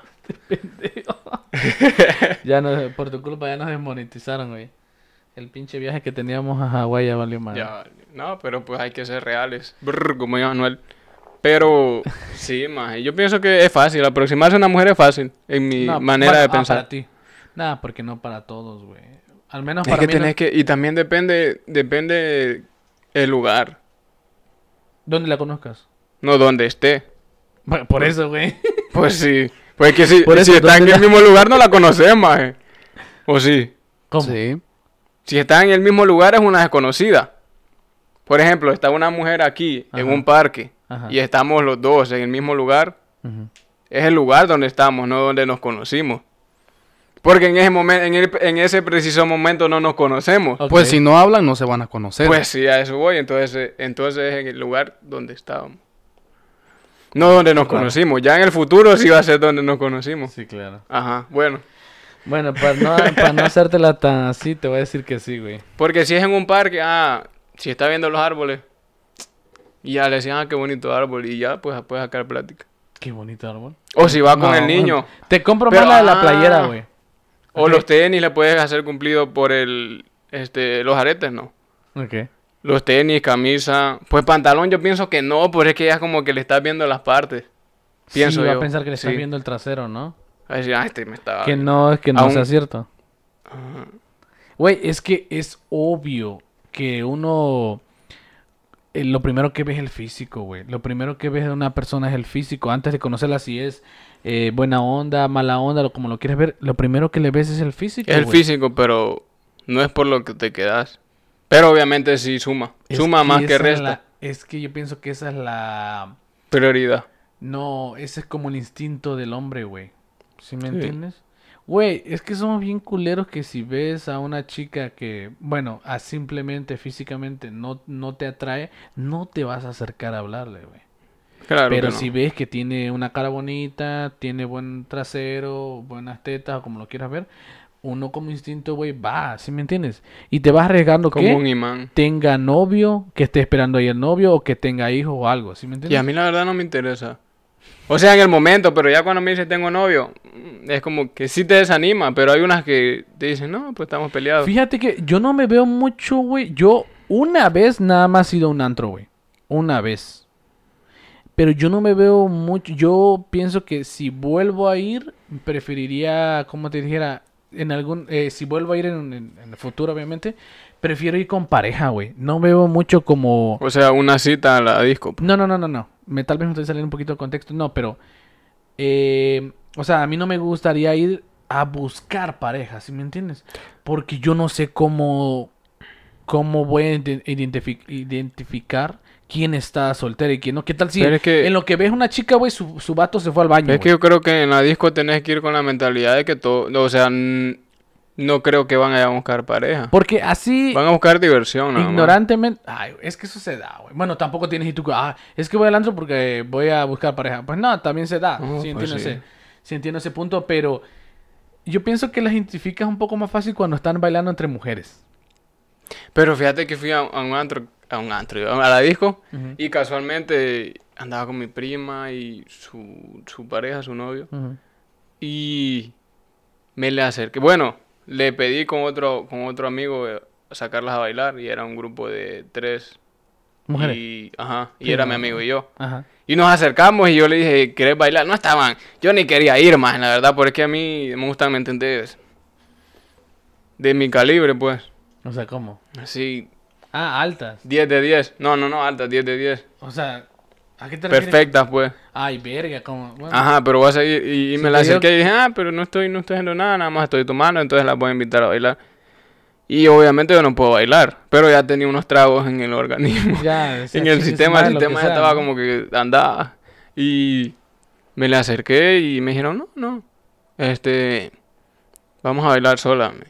Ya no, por tu culpa ya nos desmonetizaron, güey. El pinche viaje que teníamos a Hawái ya valió mal. Ya, no, pero pues hay que ser reales. Brr, como dijo Manuel. Pero sí, más. Yo pienso que es fácil. Aproximarse a una mujer es fácil. En mi No, manera bueno, de ah, pensar. para ti. Nada, porque no para todos, güey. Al menos es para que mí no- tenés que. Y también depende. Depende el lugar. ¿Dónde la conozcas? No donde esté. Bueno, por eso, güey. Pues sí. Pues que si, Por eso, si está en ¿dónde el la- mismo lugar no la conoces, maje. O sí. ¿Cómo? Sí. Si está en el mismo lugar es una desconocida. Por ejemplo, está una mujer aquí en Ajá. un parque Ajá. y estamos los dos en el mismo lugar. Ujú. Es el lugar donde estamos, no donde nos conocimos. Porque en ese momento, en, el- en ese preciso momento no nos conocemos. Ok. Pues si no hablan, no se van a conocer. Pues sí, a eso voy. Entonces, eh, entonces es en el lugar donde estábamos. No donde nos Claro. conocimos. Ya en el futuro sí va a ser donde nos conocimos. Sí, claro. Ajá, bueno. Bueno, para no, para no hacértela tan así, te voy a decir que sí, güey. Porque si es en un parque, ah, si está viendo los árboles, y ya le decían, ah, qué bonito árbol, y ya, pues puedes sacar plática. Qué bonito árbol. O si va con No, el niño, Te compro Pero, más la de la ah, playera, güey. o Ok. los tenis le puedes hacer cumplido por el, este, los aretes, ¿no? Ok. Los tenis, camisa, pues pantalón yo pienso que no, porque es que ya es como que le estás viendo las partes. Pienso sí, va yo. a pensar que le estás Sí. viendo el trasero, ¿no? A decir, ah, este me estaba... Que no, es que no Aún- sea cierto. Ajá. Güey, es que es obvio que uno... eh, lo primero que ves es el físico, güey. Lo primero que ves de una persona es el físico. Antes de conocerla si es eh, buena onda, mala onda, lo, como lo quieres ver, lo primero que le ves es el físico, Es el güey. físico, pero no es por lo que te quedas. Pero obviamente sí suma. Es Suma más que esa es resta. la- es que yo pienso que esa es la... Prioridad. No, ese es como el instinto del hombre, güey. ¿Sí me Sí. entiendes? Güey, es que somos bien culeros que si ves a una chica que, bueno, a simplemente físicamente no, no te atrae, no te vas a acercar a hablarle, güey. Claro Pero que no. si ves que tiene una cara bonita, tiene buen trasero, buenas tetas, o como lo quieras ver, uno como instinto, güey, va, ¿sí me entiendes? Y te vas arriesgando Como que un imán. tenga novio, que esté esperando ahí el novio, o que tenga hijos o algo, ¿sí me Y entiendes? a mí la verdad no me interesa. O sea, en el momento, pero ya cuando me dice tengo novio, mm, es como que sí te desanima, pero hay unas que te dicen, no, pues estamos peleados. Fíjate que yo no me veo mucho, güey. Yo una vez nada más he ido a un antro, güey. Una vez. Pero yo no me veo mucho. Yo pienso que si vuelvo a ir, preferiría, como te dijera, en algún... eh, si vuelvo a ir en, en- en el futuro, obviamente, prefiero ir con pareja, güey. No me veo mucho como... O sea, una cita a la disco. pues. No, no, no, no, no. Me, tal vez me estoy saliendo un poquito de contexto. No, pero... eh, o sea, a mí no me gustaría ir a buscar pareja, ¿sí me entiendes? Porque yo no sé cómo... Cómo voy a ident- identifi- identificar quién está soltera y quién no. ¿Qué tal si Pero es que- en lo que ves una chica, güey, su, su vato se fue al baño, Es que güey? yo creo que en la disco tenés que ir con la mentalidad de que todo, o sea, n- no creo que van a ir a buscar pareja. Porque así... Van a buscar diversión, nada más. Ignorantemente, ay, es que eso se da, güey. Bueno, tampoco tienes y tú, ah, es que voy al antro porque voy a buscar pareja. Pues no, también se da. Oh, sí, pues entiendo sí. ese, sí entiendo ese punto, pero yo pienso que las identificas un poco más fácil cuando están bailando entre mujeres. Pero fíjate que fui a, a un antro, a un antro, a la disco, Ujú. y casualmente andaba con mi prima y su, su pareja, su novio, Ujú. y me le acerqué. Bueno, le pedí con otro, con otro amigo eh, sacarlas a bailar, y era un grupo de tres. Mujeres. Y, ajá, y Sí, era no, mi amigo y yo. Ajá. Y nos acercamos y yo le dije, ¿querés bailar? No estaban. Yo ni quería ir más, la verdad, porque a mí me gustan, ¿me entendés? De mi calibre, pues. O sea, ¿cómo? Así, Ah, altas. diez de diez. No, no, no, altas, diez de diez. O sea, ¿a qué te refieres? Perfectas, pues. Ay, verga, como... Bueno, Ajá, pero vas a ir. Y, y Sí, me la te digo- acerqué y dije, ah, pero no estoy, no estoy haciendo nada, nada más estoy tomando, entonces la voy a invitar a bailar. Y obviamente yo no puedo bailar, pero ya tenía unos tragos en el organismo. ya, o sea, en el chingue su sistema, madre, el lo sistema que ya sea, estaba ¿no? como que andaba. Y me le acerqué y me dijeron, no, no, este, vamos a bailar sola. me.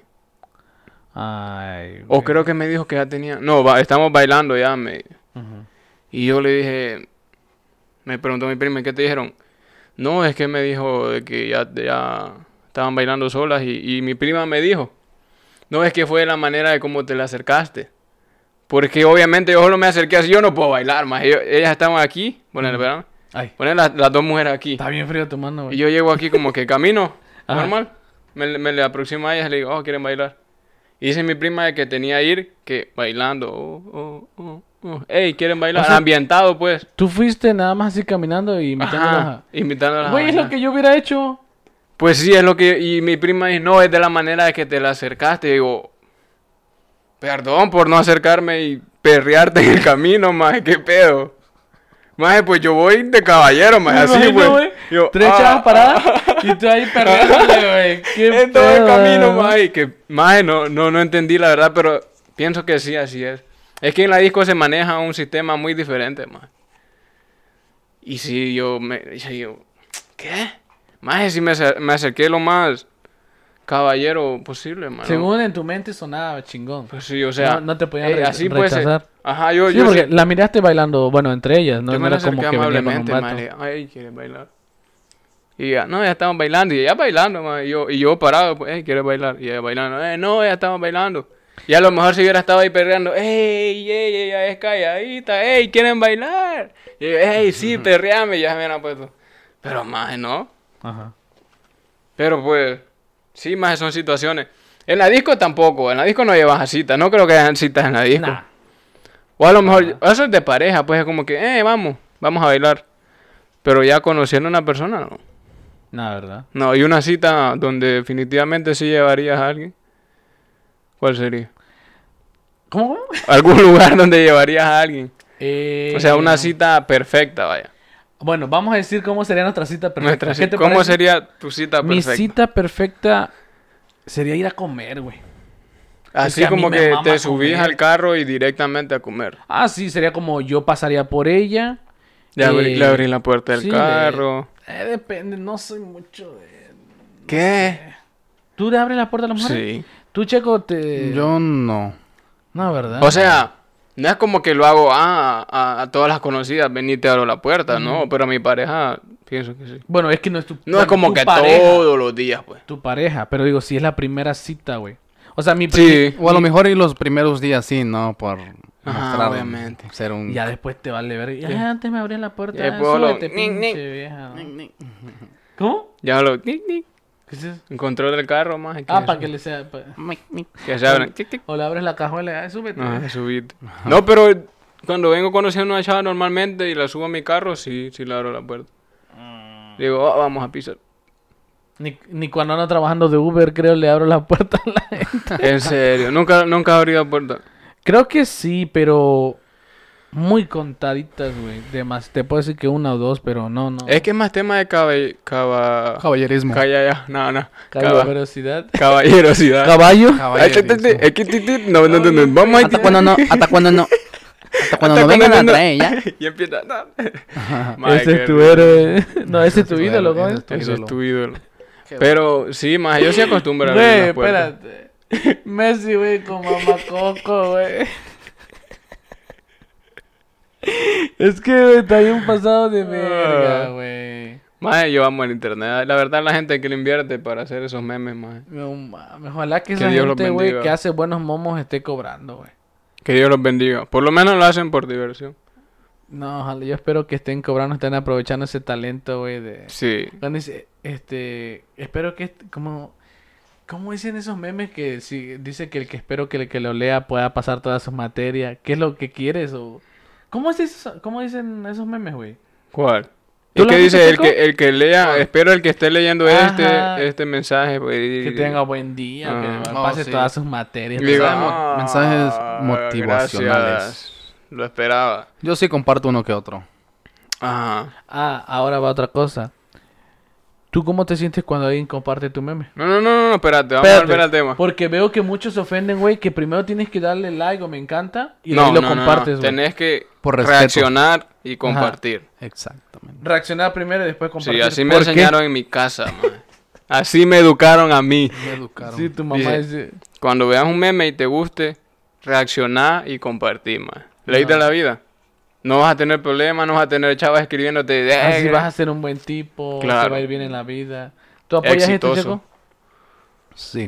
Ay, O güey. creo que me dijo que ya tenía, no, va, estamos bailando ya, me. Ujú. Y yo le dije, me preguntó mi prima, ¿qué te dijeron? No, es que me dijo de que ya, ya estaban bailando solas y, y mi prima me dijo, no, es que fue la manera de cómo te la acercaste. Porque obviamente yo solo me acerqué así, yo no puedo bailar más. Ellos- ellas estaban aquí, poner, Ujú. ¿verdad? Ay, Poner las, las dos mujeres aquí. está bien frío tu mano, güey. Y yo llego aquí como que camino, Ajá. normal. Me, me le aproximo a ellas y le digo, oh, ¿quieren bailar? Y dice mi prima de que tenía ir, que bailando, oh, oh, oh, oh. Ey, ¿quieren bailar? O sea, Ambientado, pues. Tú fuiste nada más así caminando y invitándolas Ajá, a... invitándolas a Güey, es lo bailar. que yo hubiera hecho. Pues sí, es lo que... Y mi prima dice, no, es de la manera de que te la acercaste. Y digo, perdón por no acercarme y perrearte en el camino, maje, qué pedo. Maje, pues yo voy de caballero, maje, Me así, imagino, pues. güey, Yo, Tres ah, chavas ah, paradas ah. y tú ahí perreándole, güey. Qué En todo el pedo, camino, güey. maje, que, maje, no, no, no entendí la verdad, pero pienso que sí, así es. Es que en la disco se maneja un sistema muy diferente, maje. Y sí, yo me... y yo, ¿qué? Maje, si me, acer- me acerqué lo más caballero posible, mano. Según en tu mente sonaba chingón. Pues sí, o sea... No- no te podían eh, re- así pues, eh, rechazar. Ajá, yo... Sí, yo porque sí- la miraste bailando, bueno, entre ellas, no, yo no me la era como acerqué que venía con un amablemente, vato. maje, le dije, ay, ¿quieres bailar? Y ya, no, ya estaban bailando, y ella bailando, maje, y yo, y yo parado, pues, hey, ¿quieres bailar? Y ella bailando, eh, no, ya estaban bailando. Y a lo mejor si hubiera estado ahí perreando, ey, ey, ella es calladita, ey, ¿quieren bailar? Y yo, ey, sí, perreame, y ya se me hubieran puesto. Pero, maje, no. Ajá. Pero pues, sí, más son situaciones. En la disco tampoco, en la disco no llevas a citas, no creo que hayan citas en la disco. Nah. O a lo mejor, eso es de pareja, pues es como que, eh, vamos, vamos a bailar. Pero ya conociendo a una persona, no. Nah, ¿verdad? No, y una cita donde definitivamente sí llevarías a alguien. ¿Cuál sería? ¿Cómo? ¿Algún lugar donde llevarías a alguien? Eh, O sea, una cita perfecta, vaya. Bueno, vamos a decir cómo sería nuestra cita perfecta. Nuestra ¿Qué cita- te ¿Cómo parece? sería tu cita Mi perfecta? cita perfecta sería ir a comer, güey. Así Es que a mí como me que mama te subís comer. al carro y directamente a comer. Ah, sí, sería como yo pasaría por ella. Le, abrí, eh, le abrí la puerta del sí, le- carro. eh, depende, no soy mucho de... ¿Qué? ¿Tú le abres la puerta a las mujeres? Sí. ¿Tú, Checo, te...? Yo no. No, ¿verdad? O sea, no es como que lo hago ah, a, a todas las conocidas, ven y te abro la puerta, no, pero a mi pareja pienso que sí. Bueno, es que no es tu... No bueno, es como tu que pareja, todos los días, pues. Tu pareja, pero digo, si es la primera cita, güey. O sea, mi... Sí. O a lo mejor en los primeros días sí, ¿no? Por mostrar, obviamente. ser un... Ya después te vale ver. Ya antes me abrían la puerta. Y Ah, después lo- súbete, Nic, nic. pinche vieja. ¿Cómo? Ya lo... Tic, tic. ¿Qué es eso? En control del carro, más. Ah, para que le sea... pa- Que se abran. Tic, tic. O le abres la cajuela. Ay, súbete. Ajá, subite. No, pero cuando vengo conociendo a una chava normalmente y la subo a mi carro, sí, sí le abro la puerta. Digo, "Oh, vamos a pisar. Ni, ni cuando ando trabajando de Uber, creo, le abro la puerta a la gente. En serio, nunca, nunca abrí la puerta. Creo que sí, pero... Muy contaditas, güey. De más, te puedo decir que una o dos, pero no, no. Es que es más tema de caball... Caba... Caballerismo. Calla ya, no, no. Caba- Caballerosidad. Caballerosidad. Caballo. Ay, te, te, te, es que ti, ti, No, no, no, no, vamos a Hasta cuando no, hasta cuando no, hasta cuando Hasta no vengan a no- traer, ¿ya? Y empieza. No. Mae, Ese qué es tu risa. héroe. No, ese es tu tu ídolo, héroe, güey. ese es tu Ese es ídolo. tu ídolo. Pero sí, más yo sí acostumbro a Güey, abrir las puertas. espérate. Messi, güey, con mamacoco, güey. Es que, güey, está bien pasado de verga, güey. Mae, yo amo el internet. La verdad, la gente que le invierte para hacer esos memes, mae. No mames, ojalá que Que esa Dios los gente, güey, bendiga. que hace buenos momos esté cobrando, güey. Que Dios los bendiga. Por lo menos lo hacen por diversión. No, ojalá, yo espero que estén cobrando, estén aprovechando ese talento, güey, de... Sí. Cuando dice, este, espero que, est- como, ¿cómo dicen esos memes que si dice que el que espero que el que lo lea pueda pasar todas sus materias? ¿Qué es lo que quieres? O, ¿cómo, es eso- ¿Cómo dicen esos memes, güey? ¿Cuál? ¿Tú Es lo que has visto, dice el Checo? que, el que lea, espero el que esté leyendo Ajá. este, este mensaje. Pues, Que tenga buen día, Ah. que Oh, pase sí. todas sus materias. Y digo, Mensajes mo- "Ah, mensajes motivacionales". gracias. Lo esperaba. Yo sí comparto uno que otro. Ajá. Ah, ahora va otra cosa. ¿Tú cómo te sientes cuando alguien comparte tu meme? No, no, no, no, espérate, vamos Espérate, a volver al tema. Porque veo que muchos se ofenden, güey, que primero tienes que darle like o me encanta y de No, ahí lo no, no, no. compartes, güey. Tenés que Por respeto. reaccionar y compartir. Exactamente. Reaccionar primero y después compartir. Sí, así me ¿Por qué? enseñaron en mi casa, man. Así me educaron a mí. Me educaron. Sí, tu mamá Dice- dice... Cuando veas un meme y te guste, reaccionar y compartir, man. Ley de No. la vida. No vas a tener problemas, no vas a tener chavas escribiéndote. Así "Eh, vas a ser un buen tipo, te Claro. va a ir bien en la vida. ¿Tú apoyas Exitoso. esto, Checo? Sí.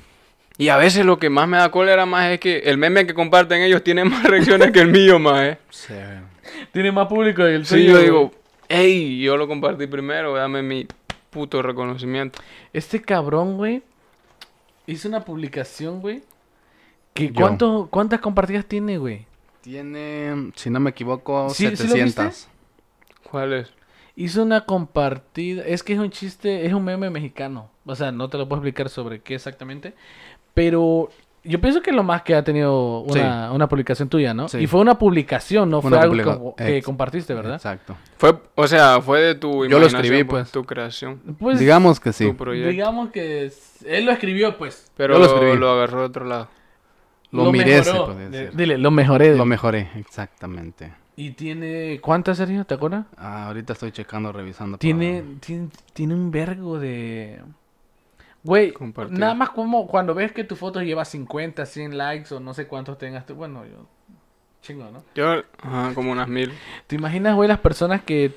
Y a veces lo que más me da cólera más es que el meme que comparten ellos tiene más reacciones que el mío, más, eh. Sí. Tiene más público que el Sí, tuyo, yo güey. digo, hey, yo lo compartí primero, dame mi puto reconocimiento. Este cabrón, güey, hizo una publicación, güey. Que Yo. ¿cuánto, ¿Cuántas compartidas tiene, güey? Tiene, si no me equivoco, ¿Sí- sí lo setecientas. ¿Cuál es? Hizo una compartida. Es que es un chiste, es un meme mexicano. O sea, no te lo puedo explicar sobre qué exactamente. Pero yo pienso que es lo más que ha tenido una, una publicación tuya, ¿no? Sí. Y fue una publicación, no fue Una algo publica- como que ex- compartiste, ¿verdad? Exacto. Fue, o sea, fue de tu Yo lo imaginación, escribí, pues. tu creación, Pues, Digamos que sí. tu proyecto. digamos que es- él lo escribió, pues. Pero Yo lo lo, escribí. lo agarró de otro lado. Lo, miré, se mejoró. puede De- decir. Dile, lo mejoré. Lo mejoré, exactamente. Y tiene... ¿Cuántas, Sergio? ¿Te acuerdas? Ah, ahorita estoy checando, revisando. Tiene, para- tiene, tiene un vergo de... Güey, Compartido. nada más como cuando ves que tu foto lleva cincuenta, cien likes o no sé cuántos tengas tú. Bueno, yo... Chingo, ¿no? Yo, ajá, como unas mil. ¿Te imaginas, güey, las personas que...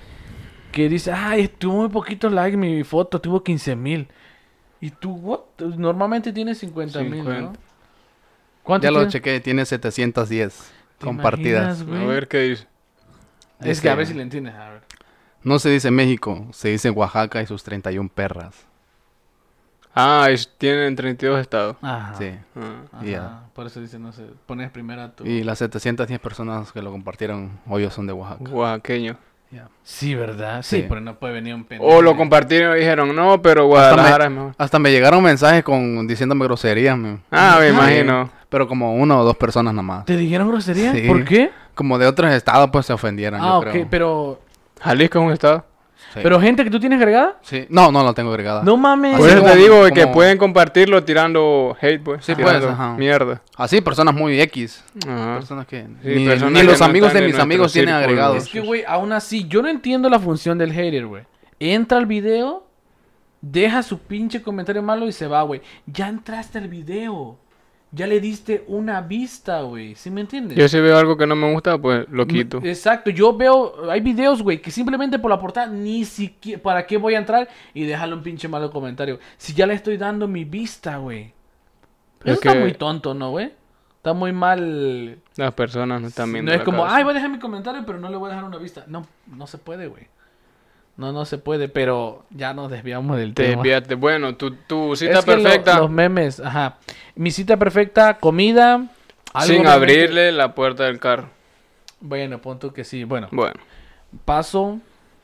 Que dicen, ay, tuvo muy poquitos likes mi foto, tuvo quince mil. Y tú, what? Normalmente tienes cincuenta mil, ¿no? cincuenta. ¿Cuánto Ya lo tienes? chequé, tiene setecientas diez ¿Te compartidas. imaginas, A güey? ver qué dice. Es que a Dice- ver si le entiendes, a ver. No se dice México, se dice Oaxaca y sus treinta y una perras. Ah, es- tienen treinta y dos estados. Ajá. Sí. Ah. Ajá, Ya. Por eso dice, no sé, pones primero a tu... Y las setecientas diez personas que lo compartieron hoy son de Oaxaca. Oaxaqueño. Ya. Sí, ¿verdad? Sí, Sí. pero no puede venir un pendejo. O lo compartieron y dijeron, no, pero Hasta Guadalajara es me, mejor. hasta me llegaron mensajes con diciéndome groserías, me- Ah, me Ah, imagino. pero como una o dos personas nada más. ¿Te dijeron grosería? Sí. ¿Por qué? Como de otros estados, pues se ofendieron, Ah, yo ok, creo. pero... Jalisco es un estado. Sí. ¿Pero gente que tú tienes agregada? Sí. No, no la tengo agregada. No mames. Así Por eso como- te digo que como- pueden compartirlo tirando hate, pues. Sí, tirando pues, ajá. mierda. Así, personas muy X. Ajá. Personas que... Sí, ni personas ni que los no amigos están de en mis nuestro amigos tienen círculo. agregados. Es que, güey, aún así, yo no entiendo la función del hater, güey. Entra al video, deja su pinche comentario malo y se va, güey. Ya entraste al video. Ya le diste una vista, güey. ¿Sí me entiendes? Yo si veo algo que no me gusta, pues lo Mm, quito. Exacto, yo veo, hay videos, güey, que simplemente por la portada ni siquiera, ¿para qué voy a entrar y dejarle un pinche malo comentario? Si ya le estoy dando mi vista, güey. Eso Es está que- muy tonto, ¿no, güey? Está muy mal. Las personas no están viendo No es la como, cabeza. ay, voy a dejar mi comentario, pero no le voy a dejar una vista. No, no se puede, güey. No, no se puede, pero ya nos desviamos del Te tema. desviaste. Bueno, tu, tu cita Es que lo- perfecta los memes, ajá. Mi cita perfecta, comida. algo sin obviamente- abrirle la puerta del carro. Bueno, punto que sí. Bueno, Bueno, paso.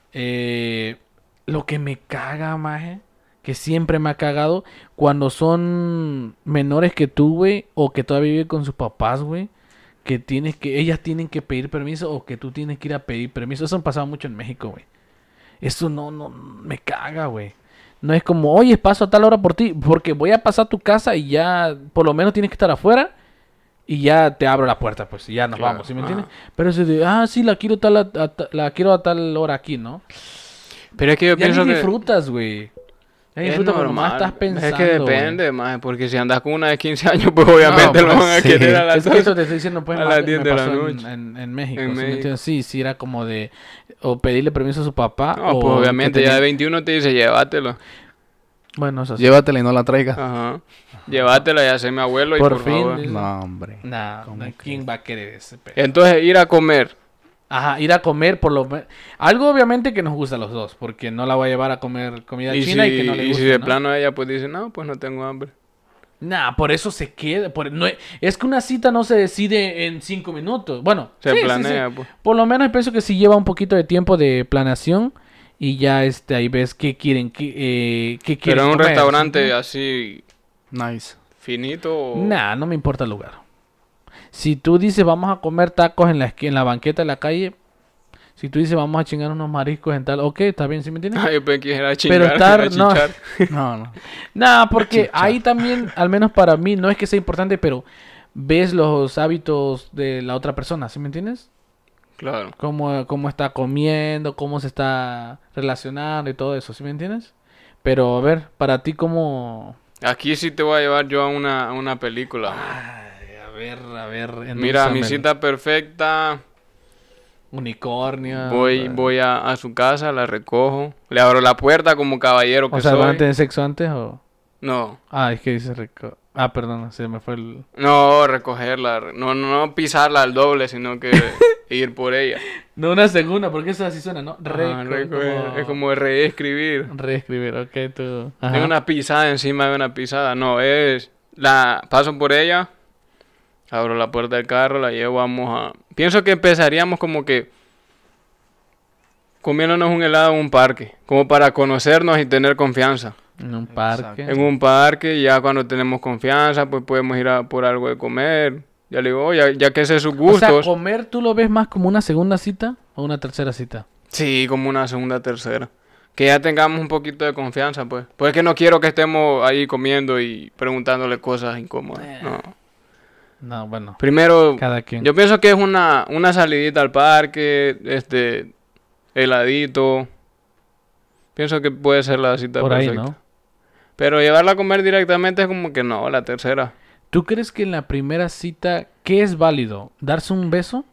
eh, lo que me caga, maje, que siempre me ha cagado, cuando son menores que tú, güey, o que todavía viven con sus papás, güey, que tienes que, ellas tienen que pedir permiso o que tú tienes que ir a pedir permiso. Eso ha pasado mucho en México, güey. Eso no, no, me caga, güey. No es como, oye, paso a tal hora por ti, porque voy a pasar a tu casa y ya, por lo menos tienes que estar afuera. Y ya te abro la puerta, pues, y ya nos Claro, vamos, ¿sí me ajá. entiendes? Pero eso de, ah, sí, la quiero, tal, a- a ta- la quiero a tal hora aquí, ¿no? pero es que yo Ya pienso ni que disfrutas, güey. Ya es disfrutas cuando más normal. estás pensando. Es que depende, más porque si andas con una de quince años, pues obviamente No, lo pues, van a sí. querer a güey. las Es que eso te estoy diciendo, pues, a más- las diez me de la pasó en, noche. en, en México, En ¿sí me México. entiendes? Sí, sí, era como de, o pedirle permiso a su papá, No, o... pues que obviamente ya tenía- de veintiuno te dice llévatelo. Bueno, eso sí. Llévatela y no la traigas. Ajá. Llévatela, ya sé mi abuelo y Por por, fin, favor. dice. No, hombre. Nah, ¿Cómo no, que? ¿quién va a querer ese pedo? Entonces ir a comer. Ajá, ir a comer por lo menos. Algo obviamente que nos gusta a los dos, porque no la voy a llevar a comer comida Y china si, y que no le y guste, si de ¿no? plano ella pues dice, no, pues no tengo hambre. Nah, por eso se queda. Por, no, es- es que una cita no se decide en cinco minutos. Bueno, Se sí, sí, planea, sí. pues. Por lo menos pienso que sí lleva un poquito de tiempo de planeación y ya este ahí ves qué quieren, qué, eh, qué quieren Pero en un comer, restaurante ¿sí? así Nice. finito o... Nah, no me importa el lugar. Si tú dices vamos a comer tacos en la esqui- en la banqueta de la calle, si tú dices vamos a chingar unos mariscos en tal, ok, está bien, ¿sí me entiendes? Ah, yo pensé que era chingar, Pero estar- era no. chichar. No, no. Nah, porque ahí también, al menos para mí, no es que sea importante, pero ves los hábitos de la otra persona, ¿sí me entiendes? Claro. Cómo, cómo está comiendo, cómo se está relacionando y todo eso, ¿sí me entiendes? Pero a ver, para ti, ¿cómo...? Aquí sí te voy a llevar yo a una, a una película. Ay, a ver, a ver... Mira, mi endulzámelo. cita perfecta. Unicornio... Voy, eh, voy a, a su casa, la recojo. Le abro la puerta como caballero que O sea, soy. ¿van a tener sexo antes o...? No. Ah, es que dice rico. Ah, perdón, se me fue el... No, recogerla. No, no, no pisarla al doble, sino que ir por ella. No, una segunda, porque eso así suena, ¿no? Re- Ajá, recoger. Es como reescribir. Reescribir, ok, tú... Es Ajá. una pisada encima de una pisada. No, es... La paso por ella, abro la puerta del carro, la llevo, vamos a... Pienso que empezaríamos como que comiéndonos un helado en un parque, como para conocernos y tener confianza. En un parque. En un parque, ya cuando tenemos confianza, pues podemos ir a por algo de comer. Ya le digo, "Oh, ya, ya que sé sus O gustos. sea, comer tú lo ves más como una segunda cita o una tercera cita. Sí, como una segunda, tercera. Que ya tengamos un poquito de confianza, pues. Pues es que no quiero que estemos ahí comiendo y preguntándole cosas incómodas. Eh. No. No, bueno, Primero, cada quien. yo pienso que es una, una salidita al parque, este, heladito. Pienso que puede ser la cita Por ahí, perfecta. ¿no? Pero llevarla a comer directamente es como que no, la tercera. ¿Tú crees que en la primera cita, qué es válido? ¿Darse un beso?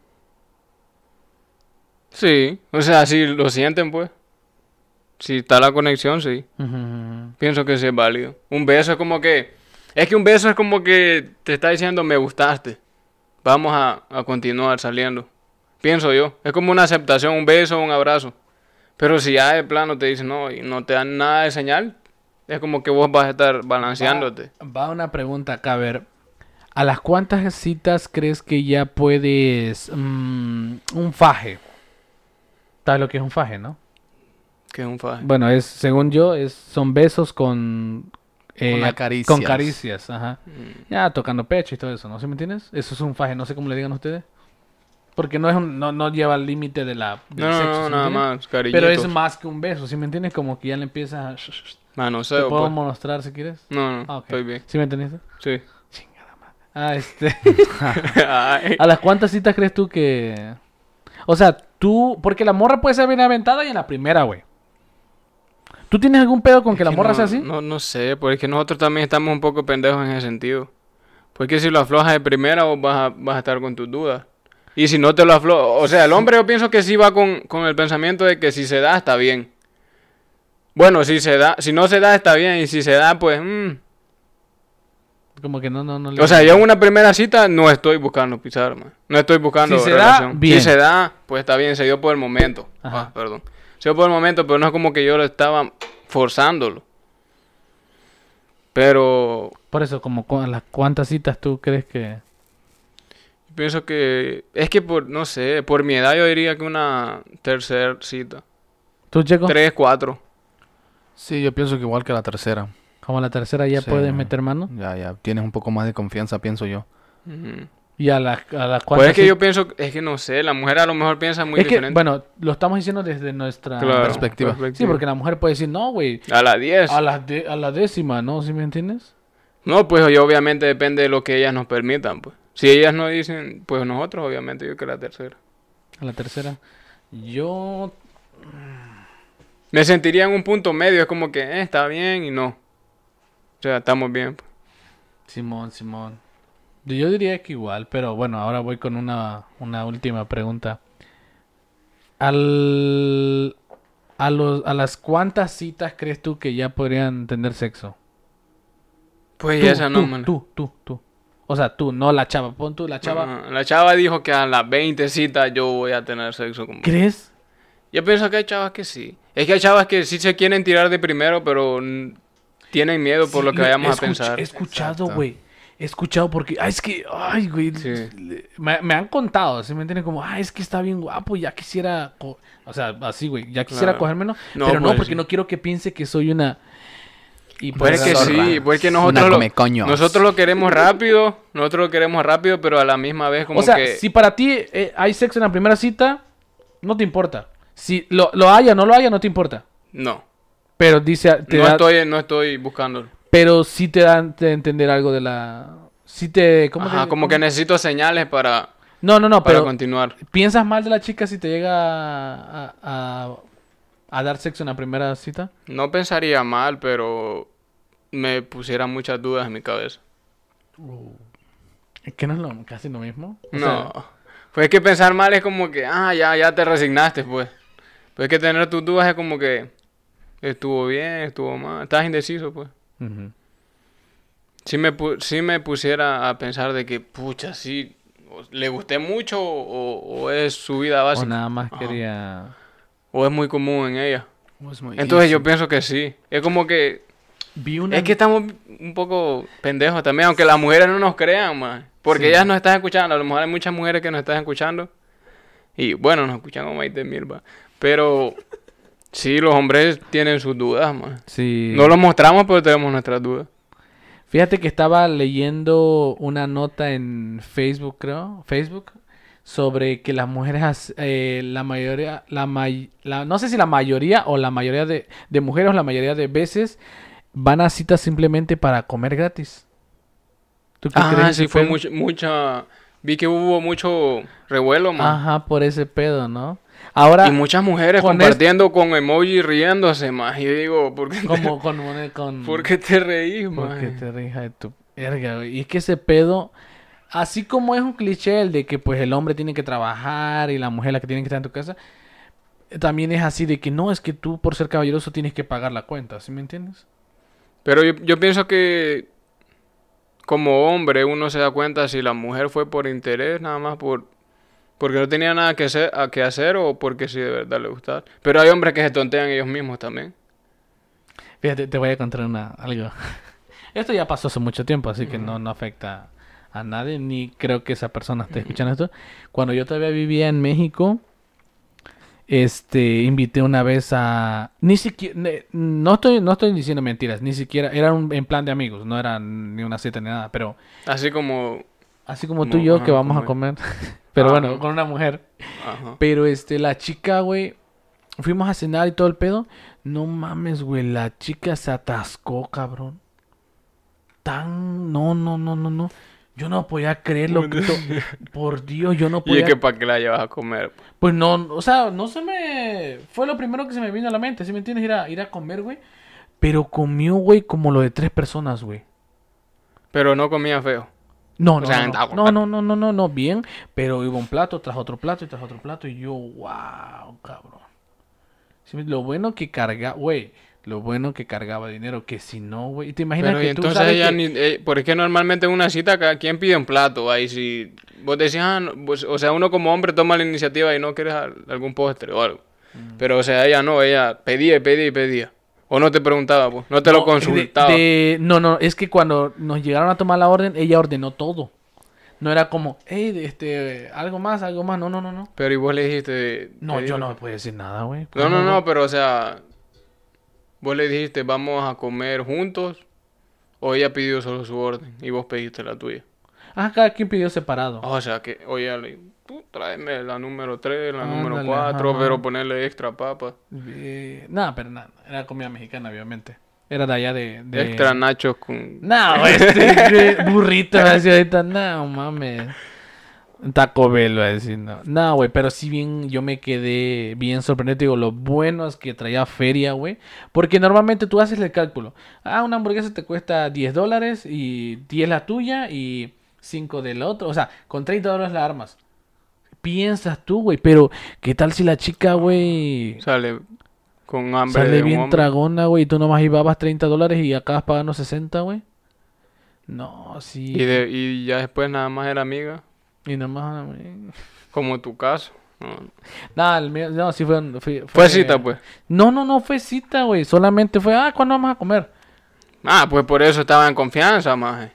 Sí, o sea, si lo sienten, pues. Si está la conexión, sí. Ujú. Pienso que sí es válido. Un beso es como que... Es que un beso es como que te está diciendo, me gustaste. Vamos a, a continuar saliendo. Pienso yo. Es como una aceptación, un beso, un abrazo. Pero si ya de plano te dicen no y no te dan nada de señal, es como que vos vas a estar balanceándote. Va, va una pregunta acá, a ver. ¿A las cuántas citas crees que ya puedes... mm, un faje? ¿Sabes lo que es un faje, no? Que es un faje. Bueno, es, según yo, es, son besos con... eh, Con caricias. Con caricias, ajá. Mm. Ya, tocando pecho y todo eso, ¿no? ¿Sí me entiendes? Eso es un faje, no sé cómo le digan ustedes. Porque no es un, no, no lleva el límite de la, del No, no, sexo, no, ¿sí me nada entiendes? más, cariñitos. Pero es más que un beso, ¿sí me entiendes? Como que ya le empiezas a... Ah, no sé, ¿Te puedo pues. mostrar si quieres? No, no, Ah, ok. estoy bien. ¿Sí me entendiste? Sí. Ah, este... Ay. ¿A las cuántas citas crees tú que...? O sea, tú... Porque la morra puede ser bien aventada y en la primera, güey. ¿Tú tienes algún pedo con que, Es la morra no, sea así? No, no sé, porque nosotros también estamos un poco pendejos en ese sentido. Porque si lo aflojas de primera, vos vas a, vas a estar con tus dudas. Y si no te lo aflojas... O sea, el hombre yo pienso que sí va con, con el pensamiento de que si se da, está bien. Bueno, si se da... Si no se da, está bien. Y si se da, pues... mm. Como que no, no, no le... O sea, yo en una primera cita no estoy buscando pisar, man. No estoy buscando Si se da, relación. bien. Si se da, pues está bien. Se dio por el momento. Ajá. Ah, perdón. Se dio por el momento, pero no es como que yo lo estaba forzándolo. Pero... Por eso, como cu- a las cuántas citas tú crees que... Pienso que... Es que por... No sé. Por mi edad yo diría que una tercera cita. ¿Tú, Checo? Tres, cuatro. Sí, yo pienso que igual que la tercera. Como la tercera ya Sí. puedes meter mano. Ya, ya. Tienes un poco más de confianza, pienso yo. Ujú. Y a las a las Pues cuántas es que yo cit- pienso... Es que no sé. La mujer a lo mejor piensa muy Es que, diferente. bueno, lo estamos diciendo desde nuestra... Claro, perspectiva. Sí, porque la mujer puede decir, no, güey, A las diez. a la, de- a la décima, ¿no? ¿Sí me entiendes? No, pues yo obviamente depende de lo que ellas nos permitan, pues. Si ellas no dicen, pues nosotros obviamente yo que la tercera. A la tercera. Yo... Me sentiría en un punto medio, es como que eh, está bien y no. O sea, estamos bien. Pues. Simón, Simón. Yo diría que igual, pero bueno, ahora voy con una, una última pregunta. Al... A, los, ¿A las cuántas citas crees tú que ya podrían tener sexo? Pues Tú, esa no, tú, man. tú, tú, tú. O sea, tú, no la chava. Pon tú la chava. Ajá. La chava dijo que a las veinte citas yo voy a tener sexo con vos. ¿Crees? Yo pienso que hay chavas que sí. Es que hay chavas que sí se quieren tirar de primero, pero mm, tienen miedo por Sí, lo que lo- vayamos a escuch- pensar. He escuchado, Exacto. güey. He escuchado porque... Ay, es que... Ay, güey. Sí. le- Me, me han contado, ¿sí me entienden? Como, ay, es que está bien guapo, ya quisiera... co-". O sea, así, güey. Ya quisiera Claro. cogérmelo. No, pero no, pues, porque sí. no quiero que piense que soy una... Y Pues es que Zorra. sí, pues es que Una nosotros lo, comecoños. nosotros lo queremos rápido, nosotros lo queremos rápido, pero a la misma vez como O sea, que... si para ti eh, hay sexo en la primera cita, no te importa. Si lo, lo haya o no lo haya, no te importa. No, Pero dice... Te no da- estoy, no estoy buscándolo. Pero sí te dan de entender algo de la... Sí te... ¿Cómo Ajá, te- como cómo? que necesito señales para, No, no, no, para pero... continuar. ¿Piensas mal de la chica si te llega a, a, a dar sexo en la primera cita? No pensaría mal, pero me pusiera muchas dudas en mi cabeza. Es que no es lo, casi lo mismo. O No, sea, pues es que pensar mal es como que, ah, ya, ya te resignaste, pues. Pues es que tener tus dudas es como que estuvo bien, estuvo mal, estás indeciso, pues. ujú. Si me, pu- si me pusiera a pensar de que, pucha, sí, o- le gusté mucho o, o es su vida O básica, nada más Ajá. quería... o es muy común en ella. Es muy Entonces easy. yo pienso que sí. Es como que, Vi una... es que estamos un poco pendejos también, aunque las mujeres no nos crean, más. Porque Sí. ellas nos están escuchando, a lo mejor hay muchas mujeres que nos están escuchando. Y bueno, nos escuchan como veinte mil, va. Pero sí, los hombres tienen sus dudas, más. Sí. No lo mostramos, pero tenemos nuestras dudas. Fíjate que estaba leyendo una nota en Facebook, creo, Facebook, sobre que las mujeres, as- eh, la mayoría, la, may- la- no sé si la mayoría o la mayoría de, de mujeres, la mayoría de veces van a citas simplemente para comer gratis. ¿Tú qué Ah, crees sí, ese fue pedo? mucha, mucha... Vi que hubo mucho revuelo, man. Ajá, por ese pedo, ¿no? Ahora, Y muchas mujeres con compartiendo con emoji riéndose, más. Y yo digo, ¿por qué, te, como con, con, ¿por qué te reís, porque man? te rija de tu verga, güey. Y es que ese pedo, así como es un cliché el de que pues el hombre tiene que trabajar y la mujer la que tiene que estar en tu casa, eh, también es así de que no, es que tú por ser caballeroso tienes que pagar la cuenta, ¿sí me entiendes? Pero yo, yo pienso que como hombre uno se da cuenta si la mujer fue por interés, nada más por... Porque no tenía nada que hacer, a que hacer o porque sí de verdad le gustaba. Pero hay hombres que se tontean ellos mismos también. Fíjate, te voy a contar una, algo. Esto ya pasó hace mucho tiempo, así que no, no afecta a nadie, ni creo que esa persona esté escuchando esto. Cuando yo todavía vivía en México, Este, invité una vez a... Ni siquiera... ne- No estoy, no estoy diciendo mentiras, ni siquiera... Era un, en plan de amigos, no era ni una cita ni nada, pero... Así como... Así como Como, tú y yo ajá, que vamos a comer. comer. Pero Ajá. bueno, con una mujer. Ajá. Pero este, la chica, güey, fuimos a cenar y todo el pedo. No mames, güey, la chica se atascó, cabrón. Tan, no, no, no, no, no. Yo no podía creerlo. que to- Por Dios, yo no Y podía. es que para qué la llevas a comer. Pues no, o sea, no se me. Fue lo primero que se me vino a la mente, ¿sí me entiendes? Ir a, ir a comer, güey. Pero comió, güey, como lo de tres personas, güey. Pero no comía feo. No, O no, sea, no, agua. no, no, no, no, no, no, bien, pero iba un plato tras otro plato y tras otro plato y yo, wow, cabrón. Sí, lo bueno que cargaba, güey, lo bueno que cargaba dinero, que si no, güey, ¿te imaginas Pero y que tú entonces sabes ella que- ni... eh, porque normalmente en una cita cada quien pide un plato. Ahí si vos decís, ah, no, pues, o sea, uno como hombre toma la iniciativa y no quieres al- algún postre o algo. Mm. Pero, o sea, ella no, ella pedía y pedía y pedía. O no te preguntaba, pues, no te No, lo consultaba. de- de- no, no, es que cuando nos llegaron a tomar la orden, ella ordenó todo. No era como, hey, este, algo más, algo más, no, no, no, no. Pero y vos le dijiste... No, le yo dijo- no me puedo decir nada, güey. No, no, ¿Cómo, no, güey? pero, o sea, vos le dijiste, vamos a comer juntos. O ella pidió solo su orden y vos pediste la tuya. Ah, cada quien pidió separado. O sea, que, oye, le tú tráeme la número tres, la número Ándale, cuatro, ajá. pero ponerle extra papa. Eh, nada, pero nada, era comida mexicana, obviamente. Era de allá de... de... Extra nachos con... No, este güey, burrito, me decía ahorita, no mames. Taco Bell, va a decir, no. No, güey, pero sí bien, yo me quedé bien sorprendido. Te digo, lo bueno es que traía feria, güey. Porque normalmente tú haces el cálculo. Ah, una hamburguesa te cuesta diez dólares y diez la tuya y cinco del otro. O sea, con treinta dólares la armas. Piensas tú, güey, pero ¿qué tal si la chica, güey, Sale con hambre sale de un bien hombre. tragona, güey, y tú nomás llevabas treinta dólares y acabas pagando sesenta, güey? No, sí. Y, de, y ya después nada más era amiga, Y nomás, güey. como tu caso. No. Nada, el mío, no, sí fue, un- fue, Fue cita, pues. No, no, no fue cita, güey. Solamente fue, ah, ¿cuándo vamos a comer? Ah, pues por eso estaba en confianza, maje.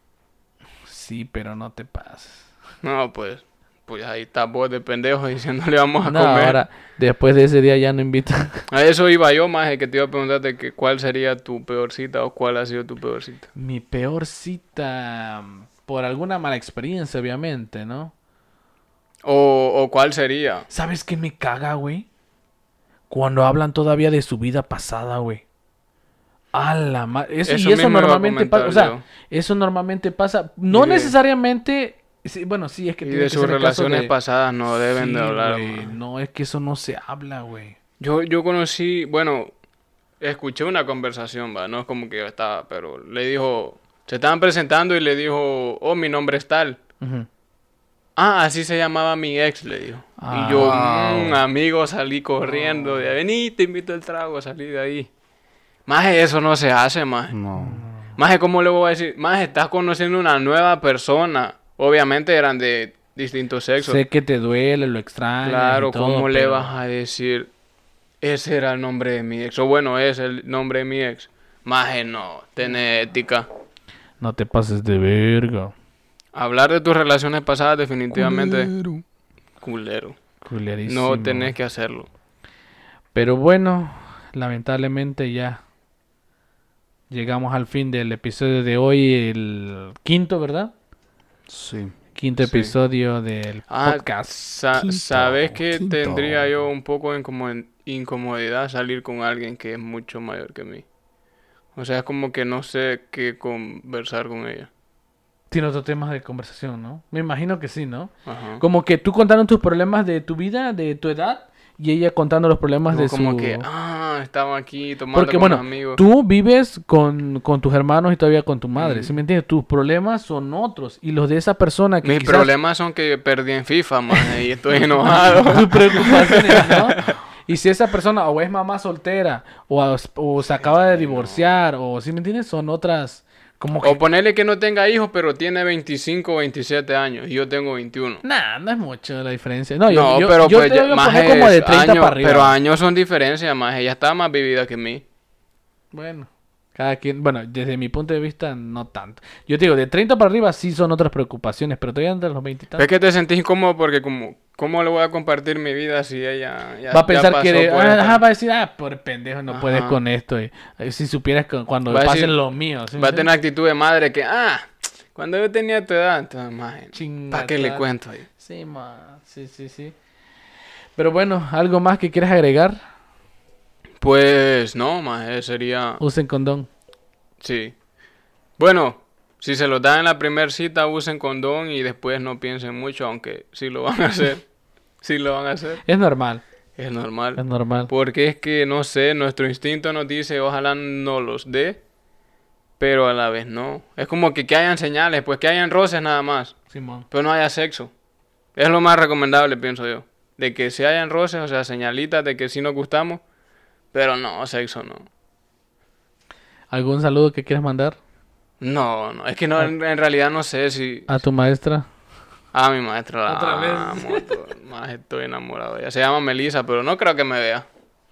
Sí, pero no te pases. No, pues, pues ahí está vos de pendejo diciéndole vamos a No, comer. ahora, después de ese día ya no invita. A eso iba yo, maje, que te iba a preguntarte que cuál sería tu peor cita o cuál ha sido tu peor cita. Mi peor cita, por alguna mala experiencia, obviamente, ¿no? O, o cuál sería. ¿Sabes qué me caga, güey? Cuando hablan todavía de su vida pasada, güey. A la madre. Eso, Eso y eso mismo iba a normalmente pasa. O comentar sea, yo. eso normalmente pasa. No Y de- necesariamente. sí, bueno, sí, es que Y tiene de que sus ser el caso relaciones de- pasadas no deben de Sí, hablar, güey, maje. no, es que eso no se habla, güey. Yo, yo conocí, bueno, escuché una conversación, va, no es como que yo estaba, pero le dijo, se estaban presentando y le dijo, oh, mi nombre es tal. Ujú. Ah, así se llamaba mi ex, le dijo. Y yo, Ah. mm, amigo, salí corriendo, de vení, te invito el trago, salí de ahí. Maje, eso no se hace, maje. No. Maje, ¿cómo le voy a decir? Maje, estás conociendo una nueva persona. Obviamente eran de distintos sexos. Sé que te duele, lo extrañas. Claro, y todo, ¿cómo le pero- vas a decir? Ese era el nombre de mi ex. O bueno, es el nombre de mi ex. Maje, no, tiene ética. No te pases de verga. Hablar de tus relaciones pasadas definitivamente... Culero. Culerísimo. No tenés que hacerlo. Pero bueno, lamentablemente ya llegamos al fin del episodio de hoy, el quinto, ¿verdad? Sí. Quinto Sí. episodio del Ah, podcast. sa- Quinto, ¿sabes que quinto. tendría yo un poco de incomo- incomodidad salir con alguien que es mucho mayor que mí? O sea, es como que no sé qué conversar con ella. Tiene otros temas de conversación, ¿no? Me imagino que sí, ¿no? Ajá. Como que tú contando tus problemas de tu vida, de tu edad, y ella contando los problemas No, de como su... que, ah, estaba aquí tomando Porque con bueno, los amigos. tú vives con, con tus hermanos y todavía con tu madre, Ujú. ¿sí me entiendes? Tus problemas son otros, y los de esa persona que Mis quizás... problemas son que perdí en FIFA, man, y estoy enojado. tus preocupaciones, ¿no? Y si esa persona o es mamá soltera, o, as- o se acaba de divorciar, o ¿sí me entiendes? Son otras... Como que... O ponerle que no tenga hijos, pero tiene veinticinco o veintisiete años, y yo tengo veintiuno. Nah, no es mucho la diferencia. No, yo, No, yo, pero yo pues te ya- voy a más poner como de treinta años, para arriba. pero años son diferencias, más ella está más vivida que mí. Bueno, Cada quien, bueno, desde mi punto de vista, no tanto. Yo te digo, de treinta para arriba sí son otras preocupaciones, pero todavía entre los veinte y tantos. Es que te sentís incómodo porque como, ¿cómo le voy a compartir mi vida si ella ya, Va a pensar ya que... pasó por ah, esta- ajá, va a decir, ah, por pendejo, no Ajá. puedes con esto. y- eh, si supieras que cuando Va a pasen decir- los míos. ¿sí me Va a tener entiendes? actitud de madre que, ah, cuando yo tenía tu edad, entonces, maje, Chinga, ¿para qué le claro. cuento ahí? Sí, ma, sí, sí, sí. Pero bueno, ¿algo más que quieras agregar? Pues no, maje, sería... Usen condón. Sí. Bueno, si se lo dan en la primera cita, usen condón y después no piensen mucho, aunque sí lo van a hacer. Sí lo van a hacer. Es normal, Es es normal. normal. Porque es que, no sé, nuestro instinto nos dice, ojalá no los dé, pero a la vez no. Es como que, que hayan señales, pues que hayan roces nada más, Simón. pero no haya sexo. Es lo más recomendable, pienso yo. De que si hayan roces, o sea, señalitas de que sí nos gustamos, pero no, sexo no. ¿Algún saludo que quieras mandar No, no, es que no, en, en realidad no sé si... a tu maestra? Ah, mi maestra la Otra vez. amo, to- más estoy enamorado de ella. Se llama Melissa, pero no creo que me vea.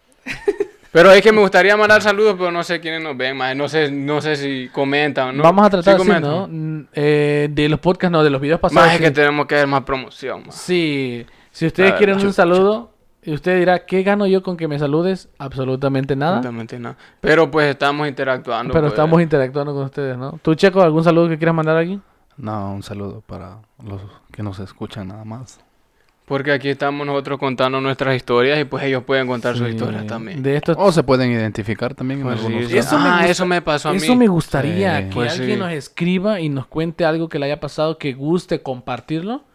Pero es que me gustaría mandar saludos, pero no sé quiénes nos ven, más. No sé, no sé si comentan, ¿no? Vamos a tratar Sí así, comentan. ¿no? Mm, eh, de los podcasts, no, de los videos pasados. Más es sí. que tenemos que ver más promoción, más. Sí, si ustedes La quieren verdad. un saludo, y usted dirá, ¿qué gano yo con que me saludes? Absolutamente nada. Absolutamente nada. Pero pues estamos interactuando. Pero pues. estamos interactuando con ustedes, ¿no? ¿Tú, Checo, algún saludo que quieras mandar aquí? No, un saludo para los que nos escuchan nada más. Porque aquí estamos nosotros contando nuestras historias y pues ellos pueden contar sus Sí, historias también. De estos... O se pueden identificar también en Pues sí, algunos sí. casos. Eso me Ah, gusta- eso me pasó a mí. Eso me gustaría, Sí. que Pues alguien sí. nos escriba y nos cuente algo que le haya pasado, que guste compartirlo.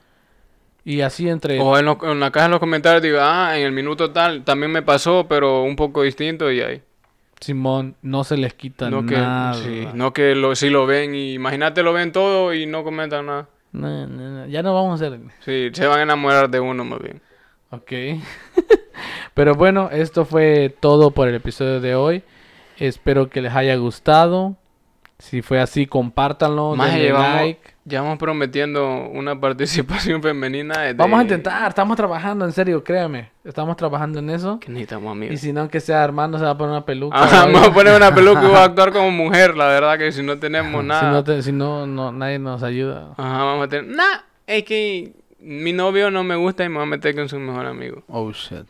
Y así entre... O en, lo- en la caja de los comentarios diga, ah, en el minuto tal también me pasó, pero un poco distinto y ahí. Simón, no se les quita No que, nada. sí, no que lo, si lo ven y imagínate lo ven todo y no comentan nada. No, no, no, ya no vamos a hacer... Sí, se van a enamorar de uno más bien. Ok. Pero bueno, esto fue todo por el episodio de hoy. Espero que les haya gustado. Si fue así, compártanlo, Más denle llevamos, like. llevamos prometiendo una participación femenina. desde- Vamos a intentar, estamos trabajando, en serio, créame. Estamos trabajando en eso. Que necesitamos Y amigos. si no, que sea Armando, se va a poner una peluca. Ajá, o me algo. voy a poner una peluca y voy a actuar como mujer, la verdad que si no tenemos Si nada. no, te- si no, no, nadie nos ayuda. Ajá, vamos a tener... Nah, es que mi novio no me gusta y me voy a meter con su mejor amigo. Oh, shit.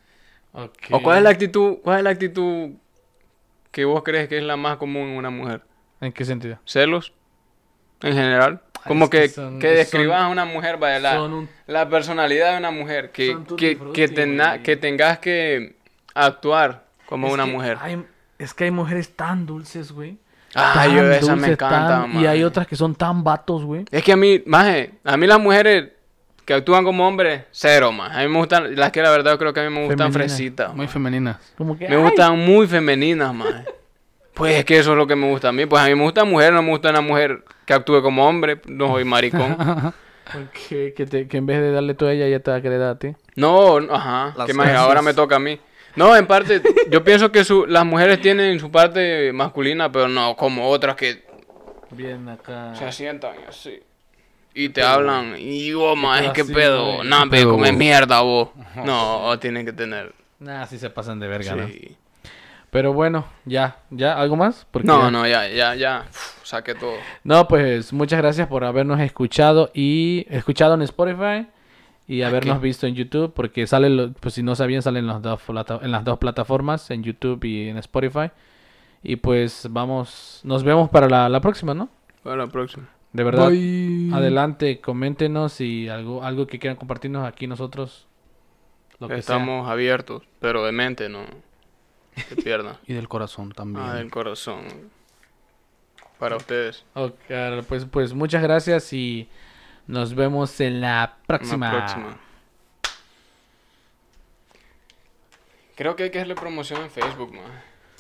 Okay. ¿O cuál es la actitud, cuál es la actitud que vos crees que es la más común en una mujer? ¿En qué sentido? ¿Celos? En general. Ay, Como es que que, son- que describas son- a una mujer, vaya, la, son un- la personalidad de una mujer. Que, Son tutti que, frutti, que, tena- güey. que tengas que actuar como Es una que mujer. hay- es que hay mujeres tan dulces, güey. Ah, Tan yo esa me dulces, encanta, tan- Y hay maje. otras que son tan vatos, güey. Es que a mí, maje, a mí las mujeres que actúan como hombres, cero, más. A mí me gustan, las que la verdad yo creo que a mí me gustan Femeninas. fresitas. Muy maje. femeninas. Como que, Me ay, gustan muy femeninas, maje. Pues es que eso es lo que me gusta a mí. Pues a mí me gusta mujer, no me gusta una mujer que actúe como hombre. No soy maricón. que, que, te- que en vez de darle tú a ella, ella te va a querer dar a ti. No, no, ajá. Las Que más, gracias. ahora me toca a mí. No, en parte, yo pienso que su, las mujeres tienen su parte masculina, pero no como otras que Bien acá. se sientan y así. Y te hablan. Y vos, maje, qué así, pedo. güey. No, ¿Qué pe, pedo, come vos? mierda vos. No, tienen que tener. Nah, sí se pasan de verga, ¿no? Sí. Pero bueno, ya, ya, ¿algo más? Porque No, ya- no, ya, ya, ya. Uf, saqué todo. No, pues muchas gracias por habernos escuchado y escuchado en Spotify y habernos visto en YouTube, porque sale, lo- pues si no sabían, salen las dos plata- en las dos plataformas, en YouTube y en Spotify. Y pues vamos, nos vemos para la, la próxima, ¿no? Para la próxima. De verdad, Bye. adelante, coméntenos y algo, algo que quieran compartirnos aquí nosotros. Lo que sea. Estamos abiertos, pero de mente no se pierdan. Y del corazón también. Ah, del corazón. Para ustedes. Ok, pues, pues muchas gracias y nos vemos en la próxima. La próxima. Creo que hay que hacerle promoción en Facebook, man.